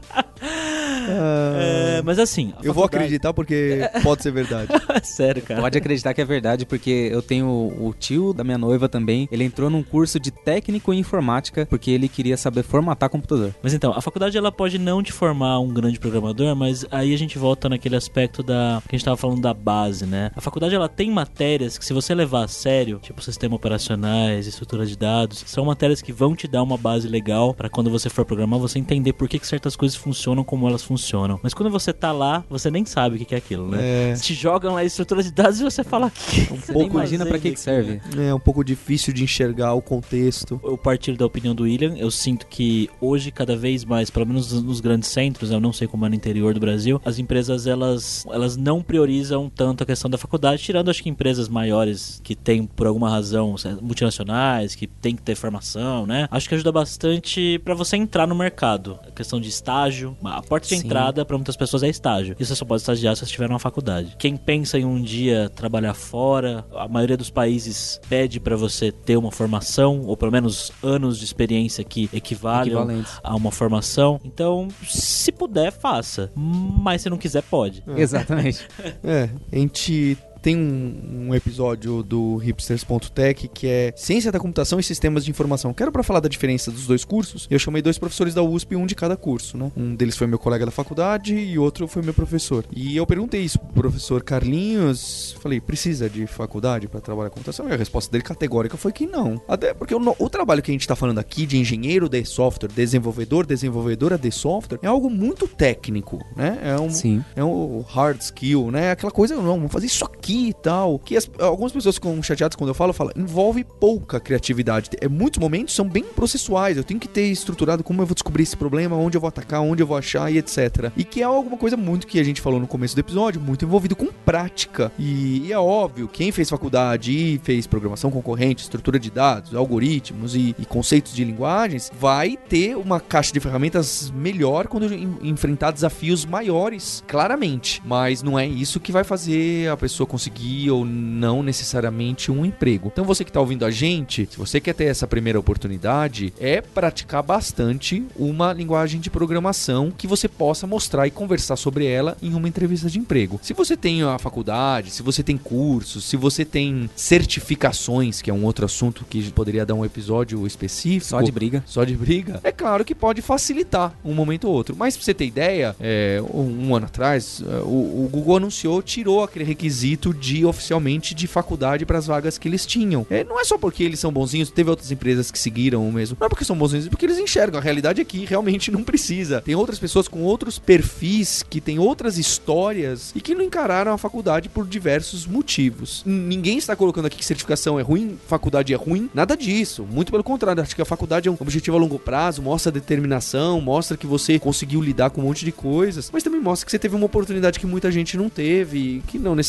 É, mas assim, eu vou acreditar porque pode ser verdade. Sério, cara. Pode acreditar que é verdade, porque eu tenho o tio da minha noiva também. Ele entrou num curso de técnico em informática porque ele queria saber formatar computador. Mas então, a faculdade ela pode não te formar um grande programador, mas aí a gente volta naquele aspecto da que a gente tava falando da base, né? A faculdade ela tem matérias que, se você levar a sério, tipo sistema operacionais, estrutura de dados, são matérias que vão te dar uma base legal pra quando você for programar, você entender por que, que certas coisas funcionam como elas funcionam. Mas quando você tá lá, você nem sabe o que, que é aquilo, né? É. Te jogam lá a estrutura de dados e você fala que um pouco, imagina pra que, que serve. É um pouco difícil de enxergar o contexto. Eu partilho da opinião do William. Eu sinto que hoje, cada vez mais, pelo menos nos grandes centros, eu não sei como é no interior do Brasil, as empresas, elas, elas não priorizam tanto a questão da faculdade, tirando, acho que, empresas maiores que têm, por alguma razão, multinacionais, que tem que ter formação, né? Acho que ajuda bastante pra você entrar no mercado. A questão de estágio, a porta de Sim. entrada pra muitas pessoas é estágio. E você só pode estagiar se você estiver numa faculdade. Quem pensa em um dia trabalhar fora, a maioria dos países pede pra você ter uma formação, ou pelo menos anos de experiência que equivalem a uma formação. Então, se puder, faça. Mas se não quiser, pode. É. Exatamente. É, a gente... Tem um, um episódio do hipsters ponto tech que é Ciência da Computação e Sistemas de Informação. Quero pra falar da diferença dos dois cursos. Eu chamei dois professores da U S P, um de cada curso, né? Um deles foi meu colega da faculdade e outro foi meu professor. E eu perguntei isso pro professor Carlinhos. Falei, precisa de faculdade pra trabalhar com computação? E a resposta dele categórica foi que não. Até porque o, o trabalho que a gente tá falando aqui de engenheiro de software, desenvolvedor, desenvolvedora de software, é algo muito técnico, né? É um, Sim. É um hard skill, né? Aquela coisa, não, vamos fazer isso aqui e tal, que as, algumas pessoas ficam chateadas quando eu falo, falo, envolve pouca criatividade. É, muitos momentos são bem processuais, eu tenho que ter estruturado como eu vou descobrir esse problema, onde eu vou atacar, onde eu vou achar e etcétera. E que é alguma coisa muito que a gente falou no começo do episódio, muito envolvido com prática. E, e é óbvio, quem fez faculdade e fez programação concorrente, estrutura de dados, algoritmos e, e conceitos de linguagens, vai ter uma caixa de ferramentas melhor quando em, enfrentar desafios maiores, claramente. Mas não é isso que vai fazer a pessoa conseguir ou não necessariamente um emprego. Então você que está ouvindo a gente, se você quer ter essa primeira oportunidade, é praticar bastante uma linguagem de programação que você possa mostrar e conversar sobre ela em uma entrevista de emprego. Se você tem a faculdade, se você tem cursos, se você tem certificações, que é um outro assunto que poderia dar um episódio específico. Só de briga. Só de briga. É claro que pode facilitar um momento ou outro. Mas pra você ter ideia, é, um, um ano atrás, o, o Google anunciou, tirou aquele requisito de oficialmente de faculdade para as vagas que eles tinham. É, não é só porque eles são bonzinhos, teve outras empresas que seguiram o mesmo. Não é porque são bonzinhos, é porque eles enxergam. A realidade é que realmente não precisa. Tem outras pessoas com outros perfis, que têm outras histórias e que não encararam a faculdade por diversos motivos. Ninguém está colocando aqui que certificação é ruim, faculdade é ruim, nada disso. Muito pelo contrário, acho que a faculdade é um objetivo a longo prazo, mostra determinação, mostra que você conseguiu lidar com um monte de coisas, mas também mostra que você teve uma oportunidade que muita gente não teve, que não necessariamente é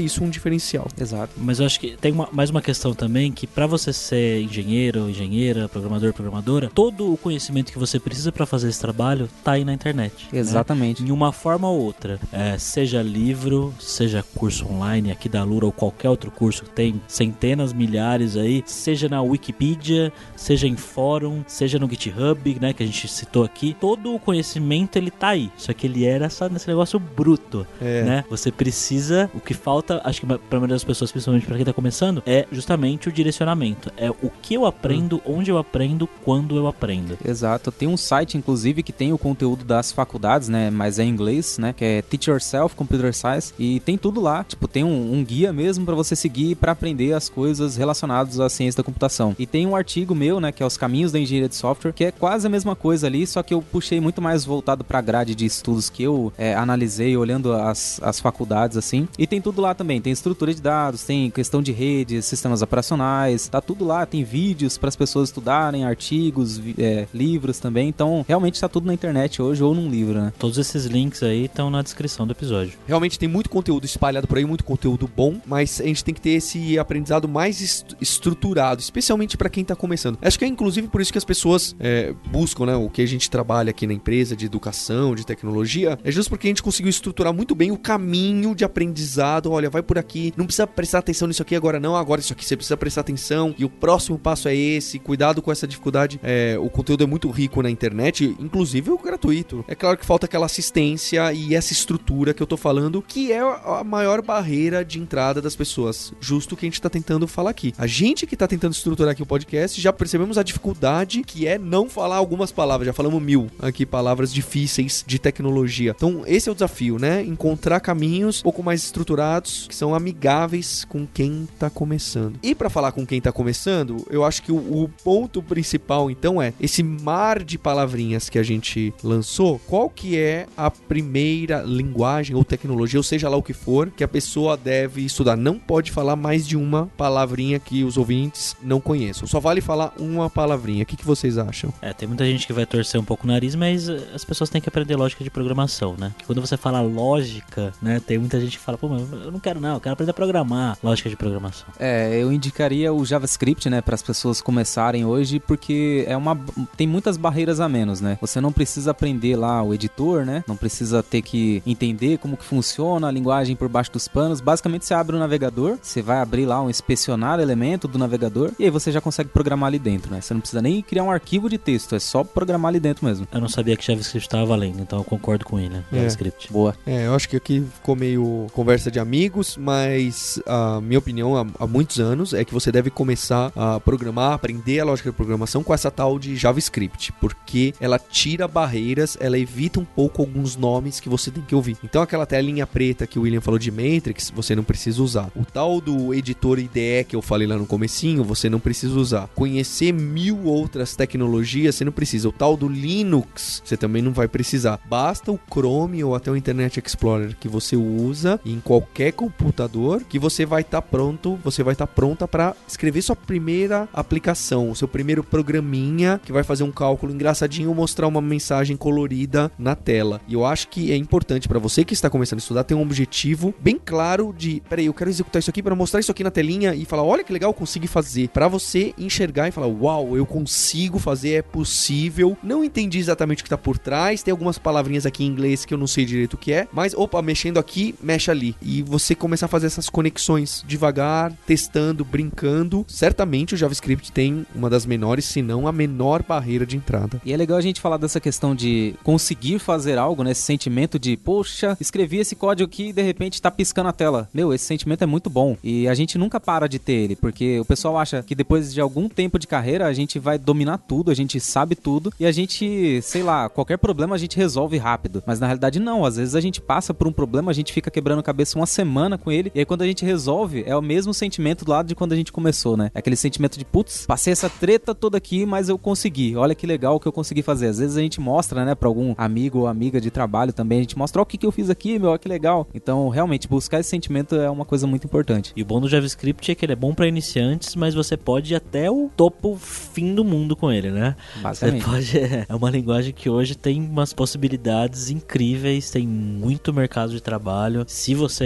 isso um diferencial. Exato. Mas eu acho que tem uma, mais uma questão também, que pra você ser engenheiro, engenheira, programador, programadora, todo o conhecimento que você precisa pra fazer esse trabalho tá aí na internet. Exatamente. Né? Em uma forma ou outra. É, seja livro, seja curso online aqui da Alura ou qualquer outro curso que tem centenas, milhares aí, seja na Wikipedia, seja em fórum, seja no GitHub, né, que a gente citou aqui. Todo o conhecimento ele tá aí, só que ele era só nesse negócio bruto, É. né? Você precisa, o que falta, acho que pra maioria das pessoas, principalmente pra quem tá começando, é justamente o direcionamento. É o que eu aprendo, hum. onde eu aprendo, quando eu aprendo. Exato. Tem um site, inclusive, que tem o conteúdo das faculdades, né, mas é em inglês, né, que é Teach Yourself Computer Science, e tem tudo lá. Tipo, tem um, um guia mesmo pra você seguir pra aprender as coisas relacionadas à ciência da computação. E tem um artigo meu, né, que é Os Caminhos da Engenharia de Software, que é quase a mesma coisa ali, só que eu puxei muito mais voltado pra grade de estudos que eu é, analisei olhando as, as faculdades, assim. E tem tudo lá também. Tem estrutura de dados, tem questão de redes, sistemas operacionais, tá tudo lá. Tem vídeos para as pessoas estudarem, artigos, é, livros também. Então, realmente tá tudo na internet hoje ou num livro, né? Todos esses links aí estão na descrição do episódio. Realmente tem muito conteúdo espalhado por aí, muito conteúdo bom, mas a gente tem que ter esse aprendizado mais est- estruturado, especialmente para quem tá começando. Acho que é inclusive por isso que as pessoas é, buscam, né, o que a gente trabalha aqui na empresa de educação, de tecnologia, é justo porque a gente conseguiu estruturar muito bem o caminho de aprendizado. Olha, vai por aqui, não precisa prestar atenção nisso aqui agora não, agora isso aqui você precisa prestar atenção, e o próximo passo é esse, cuidado com essa dificuldade. É, o conteúdo é muito rico na internet, inclusive o gratuito. É claro que falta aquela assistência e essa estrutura que eu tô falando, que é a maior barreira de entrada das pessoas, justo o que a gente tá tentando falar aqui. A gente que tá tentando estruturar aqui o podcast, já percebemos a dificuldade que é não falar algumas palavras, já falamos mil aqui, palavras difíceis de tecnologia. Então esse é o desafio, né? Encontrar caminhos um pouco mais estruturados, que são amigáveis com quem tá começando. E pra falar com quem tá começando, eu acho que o, o ponto principal então é esse mar de palavrinhas que a gente lançou, qual que é a primeira linguagem ou tecnologia, ou seja lá o que for, que a pessoa deve estudar. Não pode falar mais de uma palavrinha que os ouvintes não conheçam. Só vale falar uma palavrinha. O que, que vocês acham? É, tem muita gente que vai torcer um pouco o nariz, mas as pessoas têm que aprender lógica de programação, né? Que quando você fala lógica, né, tem muita gente que fala, pô, mas eu não quero não, eu quero aprender a programar lógica de programação. É, eu indicaria o JavaScript, né, para as pessoas começarem hoje, porque é uma, tem muitas barreiras a menos, né? Você não precisa aprender lá o editor, né? Não precisa ter que entender como que funciona a linguagem por baixo dos panos. Basicamente você abre o navegador, você vai abrir lá um inspecionar elemento do navegador e aí você já consegue programar ali dentro, né? Você não precisa nem criar um arquivo de texto, é só programar ali dentro mesmo. Eu não sabia que JavaScript estava valendo, então eu concordo com ele, né? É. JavaScript. Boa. É, eu acho que aqui ficou meio conversa de amigos, mas a minha opinião há, há muitos anos é que você deve começar a programar, aprender a lógica de programação com essa tal de JavaScript, porque ela tira barreiras, ela evita um pouco alguns nomes que você tem que ouvir. Então aquela telinha preta que o William falou de Matrix, você não precisa usar. O tal do editor I D E que eu falei lá no comecinho, você não precisa usar. Conhecer mil outras tecnologias, você não precisa. O tal do Linux, você também não vai precisar. Basta o Chrome ou até o Internet Explorer que você usa em qualquer computador, que você vai estar tá pronto, você vai estar tá pronta para escrever sua primeira aplicação, o seu primeiro programinha que vai fazer um cálculo engraçadinho ou mostrar uma mensagem colorida na tela. E eu acho que é importante para você que está começando a estudar ter um objetivo bem claro de, peraí, eu quero executar isso aqui para mostrar isso aqui na telinha e falar, olha que legal, eu consegui fazer. Para você enxergar e falar, uau, eu consigo fazer, é possível. Não entendi exatamente o que tá por trás, tem algumas palavrinhas aqui em inglês que eu não sei direito o que é, mas opa, mexendo aqui, mexe ali. E você começar a fazer essas conexões devagar, testando, brincando. Certamente o JavaScript tem uma das menores, se não a menor barreira de entrada. E é legal a gente falar dessa questão de conseguir fazer algo, né? Esse sentimento de, poxa, escrevi esse código aqui e de repente tá piscando a tela. Meu, esse sentimento é muito bom. E a gente nunca para de ter ele, porque o pessoal acha que depois de algum tempo de carreira a gente vai dominar tudo, a gente sabe tudo e a gente, sei lá, qualquer problema a gente resolve rápido. Mas na realidade não, às vezes a gente passa por um problema, a gente fica quebrando a cabeça uma semana com ele e aí quando a gente resolve é o mesmo sentimento do lado de quando a gente começou, né? É aquele sentimento de, putz, passei essa treta toda aqui, mas eu consegui. Olha que legal o que eu consegui fazer. Às vezes a gente mostra, né, pra algum amigo ou amiga de trabalho também, a gente mostra, ó, o que que eu fiz aqui, meu, olha que legal. Então, realmente, buscar esse sentimento é uma coisa muito importante. E o bom do JavaScript é que ele é bom pra iniciantes, mas você pode ir até o topo fim do mundo com ele, né? Basicamente. Você pode, é uma linguagem que hoje tem umas possibilidades incríveis, tem muito mercado de trabalho. Se você começar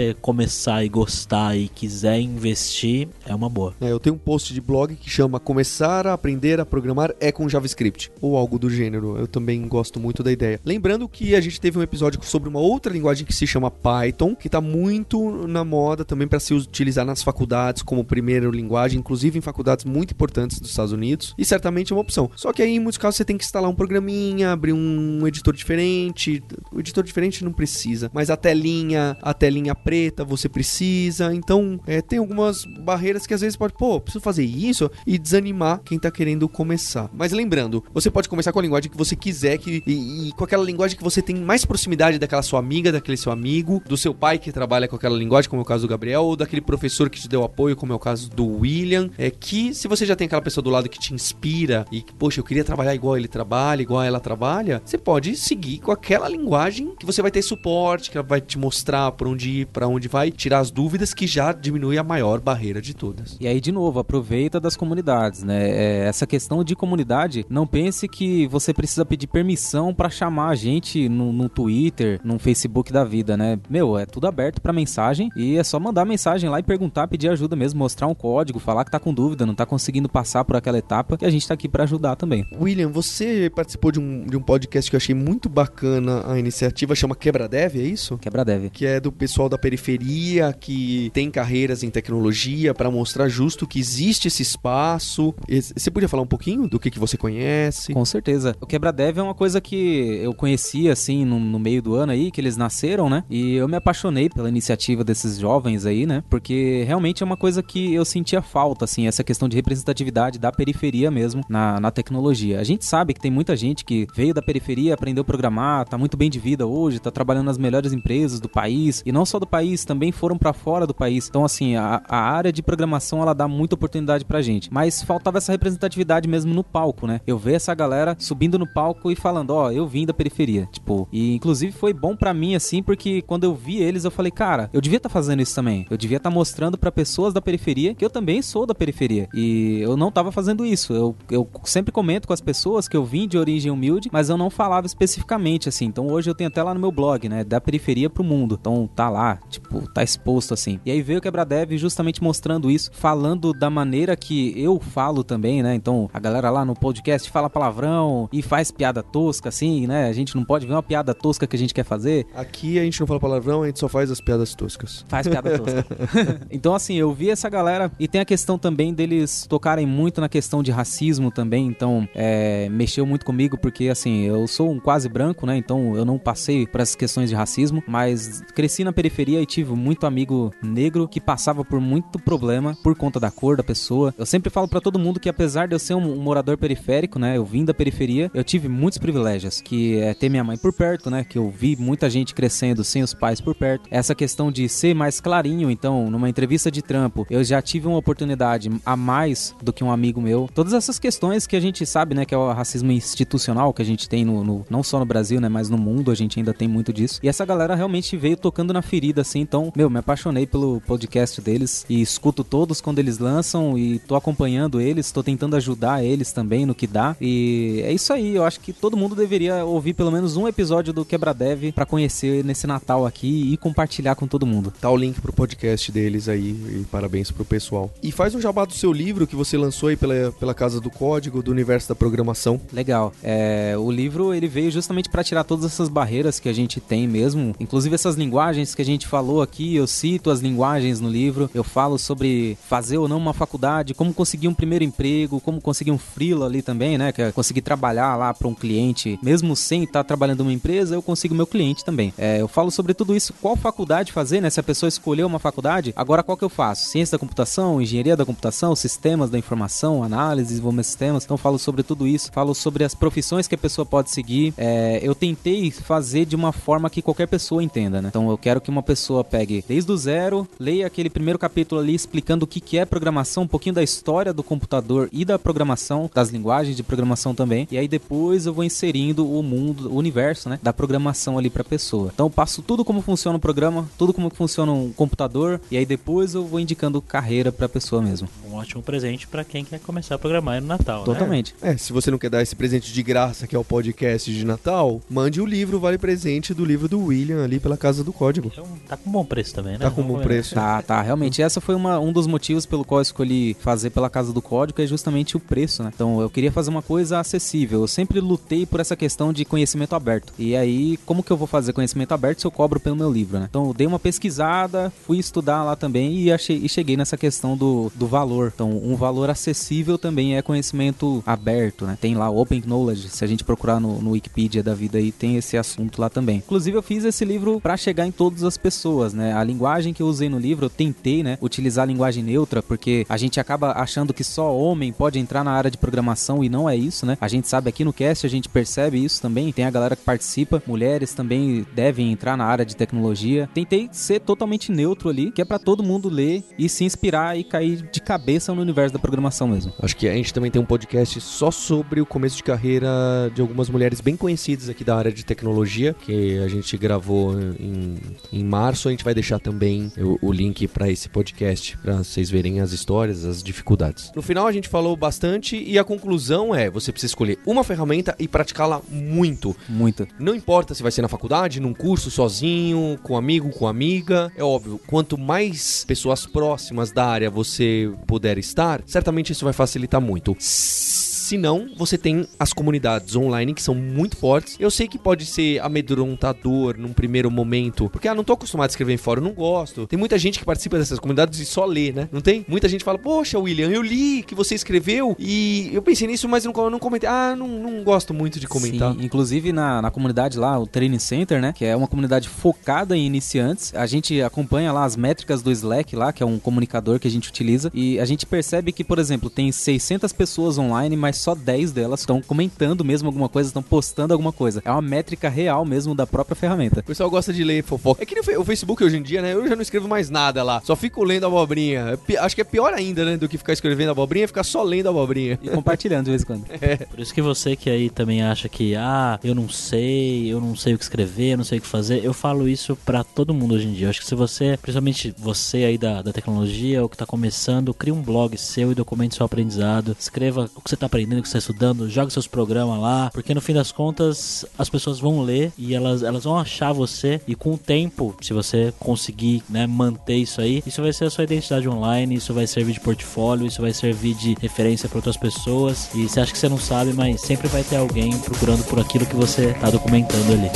começar e gostar e quiser investir, é uma boa. É, eu tenho um post de blog que chama Começar a Aprender a Programar é com JavaScript, ou algo do gênero. Eu também gosto muito da ideia. Lembrando que a gente teve um episódio sobre uma outra linguagem que se chama Python, que está muito na moda também para se utilizar nas faculdades como primeira linguagem, inclusive em faculdades muito importantes dos Estados Unidos, e certamente é uma opção. Só que aí, em muitos casos, você tem que instalar um programinha, abrir um editor diferente. O editor diferente não precisa, mas a telinha, a telinha preta você precisa. Então, é, tem algumas barreiras que às vezes pode, pô, preciso fazer isso, e desanimar quem tá querendo começar. Mas lembrando, você pode começar com a linguagem que você quiser que, e, e com aquela linguagem que você tem mais proximidade daquela sua amiga, daquele seu amigo, do seu pai que trabalha com aquela linguagem, como é o caso do Gabriel, ou daquele professor que te deu apoio, como é o caso do William. É que se você já tem aquela pessoa do lado que te inspira e que, poxa, eu queria trabalhar igual ele trabalha, igual ela trabalha, você pode seguir com aquela linguagem que você vai ter suporte, que ela vai te mostrar por onde ir, pra onde vai, tirar as dúvidas, que já diminui a maior barreira de todas. E aí, de novo, aproveita das comunidades, né? É, essa questão de comunidade, não pense que você precisa pedir permissão pra chamar a gente no, no Twitter, no Facebook da vida, né? Meu, é tudo aberto pra mensagem e é só mandar mensagem lá e perguntar, pedir ajuda mesmo, mostrar um código, falar que tá com dúvida, não tá conseguindo passar por aquela etapa, que a gente tá aqui pra ajudar também. William, você participou de um, de um podcast que eu achei muito bacana a iniciativa, chama QuebraDev, é isso? QuebraDev. Que é do pessoal da periferia, que tem carreiras em tecnologia, para mostrar justo que existe esse espaço. Você podia falar um pouquinho do que, que você conhece? Com certeza. O QuebraDev é uma coisa que eu conheci, assim, no, no meio do ano aí, que eles nasceram, né? E eu me apaixonei pela iniciativa desses jovens aí, né? Porque realmente é uma coisa que eu sentia falta, assim, essa questão de representatividade da periferia mesmo na, na tecnologia. A gente sabe que tem muita gente que veio da periferia, aprendeu a programar, tá muito bem de vida hoje, tá trabalhando nas melhores empresas do país, e não só do país, também foram pra fora do país. Então, assim, a, a área de programação, ela dá muita oportunidade pra gente. Mas faltava essa representatividade mesmo no palco, né? Eu ver essa galera subindo no palco e falando, ó, oh, eu vim da periferia. Tipo, e inclusive foi bom pra mim, assim, porque quando eu vi eles, eu falei, cara, eu devia estar tá fazendo isso também. Eu devia estar tá mostrando pra pessoas da periferia que eu também sou da periferia. E eu não tava fazendo isso. Eu, eu sempre comento com as pessoas que eu vim de origem humilde, mas eu não falava especificamente, assim. Então hoje eu tenho até lá no meu blog, né? Da periferia pro mundo. Então tá lá, tipo, tá exposto, assim. E aí veio o QuebraDev justamente mostrando isso, falando da maneira que eu falo também, né? Então a galera lá no podcast fala palavrão e faz piada tosca, assim, né? A gente não pode ver uma piada tosca que a gente quer fazer. Aqui a gente não fala palavrão, a gente só faz as piadas toscas. Faz piada tosca. Então, assim, eu vi essa galera e tem a questão também deles tocarem muito na questão de racismo também. Então, é, mexeu muito comigo porque, assim, eu sou um quase branco, né? Então eu não passei por essas questões de racismo, mas cresci na periferia e tive muito amigo negro que passava por muito problema por conta da cor da pessoa. Eu sempre falo pra todo mundo que apesar de eu ser um, um morador periférico, né? Eu vim da periferia, eu tive muitos privilégios, que é ter minha mãe por perto, né? Que eu vi muita gente crescendo sem os pais por perto. Essa questão de ser mais clarinho, então, numa entrevista de trampo, eu já tive uma oportunidade a mais do que um amigo meu. Todas essas questões que a gente sabe, né? Que é o racismo institucional que a gente tem no, no não só no Brasil, né? Mas no mundo a gente ainda tem muito disso. E essa galera realmente veio tocando na ferida, assim. Então, meu, me apaixonei pelo podcast deles e escuto todos quando eles lançam e tô acompanhando eles, tô tentando ajudar eles também no que dá. E é isso aí, eu acho que todo mundo deveria ouvir pelo menos um episódio do QuebraDev pra conhecer nesse Natal aqui e compartilhar com todo mundo. Tá o link pro podcast deles aí e parabéns pro pessoal. E faz um jabá do seu livro que você lançou aí pela, pela Casa do Código, do Universo da Programação. Legal. É, o livro, ele veio justamente pra tirar todas essas barreiras que a gente tem mesmo, inclusive essas linguagens que a gente falou aqui, eu cito as linguagens no livro, eu falo sobre fazer ou não uma faculdade, como conseguir um primeiro emprego, como conseguir um freela ali também, né, que é conseguir trabalhar lá para um cliente, mesmo sem estar trabalhando numa empresa, eu consigo meu cliente também. É, eu falo sobre tudo isso, qual faculdade fazer, né, se a pessoa escolheu uma faculdade, agora qual que eu faço? Ciência da computação, engenharia da computação, sistemas da informação, análise, desenvolvimento de sistemas, então eu falo sobre tudo isso, falo sobre as profissões que a pessoa pode seguir. É, eu tentei fazer de uma forma que qualquer pessoa entenda, né, então eu quero que uma pessoa pegue desde o zero, leia aquele primeiro capítulo ali explicando o que, que é programação, um pouquinho da história do computador e da programação, das linguagens de programação também, e aí depois eu vou inserindo o mundo, o universo, né, da programação ali pra pessoa. Então eu passo tudo como funciona o programa, tudo como funciona um computador, e aí depois eu vou indicando carreira pra pessoa mesmo. Um ótimo presente pra quem quer começar a programar no Natal, Totalmente. né? É, se você não quer dar esse presente de graça que é o podcast de Natal, mande o livro Vale Presente do livro do William ali pela Casa do Código. Então, tá com um bom presente preço também, né? Tá com um bom preço. Tá, tá. Realmente, essa foi uma, um dos motivos pelo qual eu escolhi fazer pela Casa do Código, é justamente o preço, né? Então, eu queria fazer uma coisa acessível. Eu sempre lutei por essa questão de conhecimento aberto. E aí, como que eu vou fazer conhecimento aberto se eu cobro pelo meu livro, né? Então, eu dei uma pesquisada, fui estudar lá também e, achei, e cheguei nessa questão do, do valor. Então, um valor acessível também é conhecimento aberto, né? Tem lá Open Knowledge, se a gente procurar no, no Wikipedia da vida aí, tem esse assunto lá também. Inclusive, eu fiz esse livro pra chegar em todas as pessoas, né? A linguagem que eu usei no livro, eu tentei, né, utilizar a linguagem neutra, porque a gente acaba achando que só homem pode entrar na área de programação e não é isso, né? A gente sabe aqui no cast, a gente percebe isso também, tem a galera que participa, mulheres também devem entrar na área de tecnologia. Tentei ser totalmente neutro ali, que é pra todo mundo ler e se inspirar e cair de cabeça no universo da programação mesmo. Acho que a gente também tem um podcast só sobre o começo de carreira de algumas mulheres bem conhecidas aqui da área de tecnologia, que a gente gravou em, em março. A gente vai deixar também o, o link para esse podcast, para vocês verem as histórias, as dificuldades. No final a gente falou bastante e a conclusão é, você precisa escolher uma ferramenta e praticá-la muito. Muito. Não importa se vai ser na faculdade, num curso, sozinho, com amigo, com amiga. É óbvio, quanto mais pessoas próximas da área você puder estar, certamente isso vai facilitar muito. Se não, você tem as comunidades online que são muito fortes. Eu sei que pode ser amedrontador num primeiro momento, porque ah, não tô acostumado a escrever em fórum, não gosto. Tem muita gente que participa dessas comunidades e só lê, né? Não tem? Muita gente fala, poxa, William, eu li que você escreveu e eu pensei nisso, mas eu não, eu não comentei. Ah, não, não gosto muito de comentar. Sim, inclusive na, na comunidade lá, o Training Center, né? Que é uma comunidade focada em iniciantes. A gente acompanha lá as métricas do Slack lá, que é um comunicador que a gente utiliza, e a gente percebe que, por exemplo, tem seiscentas pessoas online, mas só dez delas estão comentando mesmo alguma coisa, estão postando alguma coisa. É uma métrica real mesmo da própria ferramenta. O pessoal gosta de ler fofoca. É que no o Facebook hoje em dia, né? Eu já não escrevo mais nada lá. Só fico lendo abobrinha. Acho que é pior ainda, né? Do que ficar escrevendo abobrinha, ficar só lendo abobrinha. E compartilhando de vez em quando. É. Por isso que você que aí também acha que, ah, eu não sei, eu não sei o que escrever, eu não sei o que fazer. Eu falo isso pra todo mundo hoje em dia. Eu acho que se você, principalmente você aí da, da tecnologia, ou que tá começando, cria um blog seu e documente seu aprendizado. Escreva o que você tá aprendendo, o que você tá estudando, joga seus programas lá, porque no fim das contas as pessoas vão ler e elas, elas vão achar você, e com o tempo, se você conseguir, né, manter isso aí, isso vai ser a sua identidade online, isso vai servir de portfólio, isso vai servir de referência para outras pessoas, e você acha que você não sabe, mas sempre vai ter alguém procurando por aquilo que você tá documentando ali.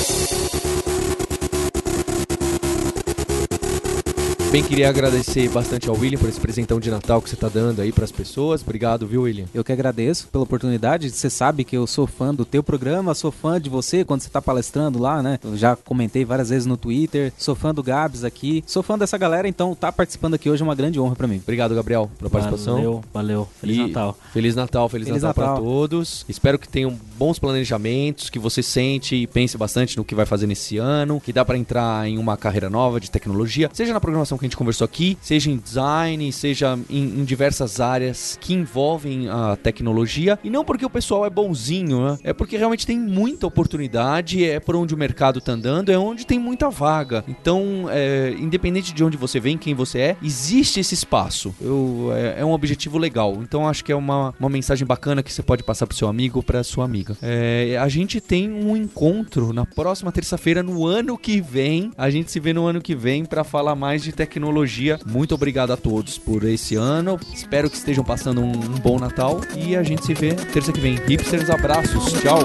Também queria agradecer bastante ao William por esse presentão de Natal que você tá dando aí pras pessoas. Obrigado, viu, William? Eu que agradeço pela oportunidade. Você sabe que eu sou fã do teu programa, sou fã de você quando você tá palestrando lá, né? Eu já comentei várias vezes no Twitter, sou fã do Gabs aqui, sou fã dessa galera, então tá participando aqui hoje é uma grande honra pra mim. Obrigado, Gabriel, pela participação. Valeu, valeu. Feliz E Natal. Feliz Natal, Feliz, Feliz Natal, Natal pra todos. Espero que tenham bons planejamentos, que você sente e pense bastante no que vai fazer nesse ano, que dá pra entrar em uma carreira nova de tecnologia, seja na programação que a gente conversou aqui, seja em design, seja em, em diversas áreas que envolvem a tecnologia. E não porque o pessoal é bonzinho, né? É porque realmente tem muita oportunidade, é por onde o mercado tá andando, é onde tem muita vaga. Então, é, independente de onde você vem, quem você é, existe esse espaço. Eu, é, é um objetivo legal. Então, acho que é uma, uma mensagem bacana que você pode passar pro seu amigo ou pra sua amiga. É, a gente tem um encontro na próxima terça-feira, no ano que vem. A gente se vê no ano que vem pra falar mais de tecnologia. Muito obrigado a todos por esse ano. Espero que estejam passando um, um bom Natal. E a gente se vê terça que vem. Hipsters, abraços. Tchau.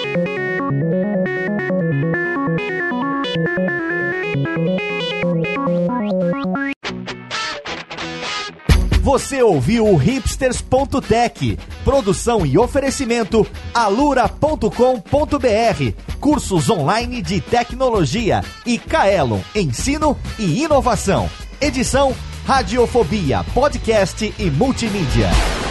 Você ouviu o hipsters ponto tech, produção e oferecimento alura ponto com ponto br, cursos online de tecnologia, e Kaelon, ensino e inovação. Edição Radiofobia, podcast e multimídia.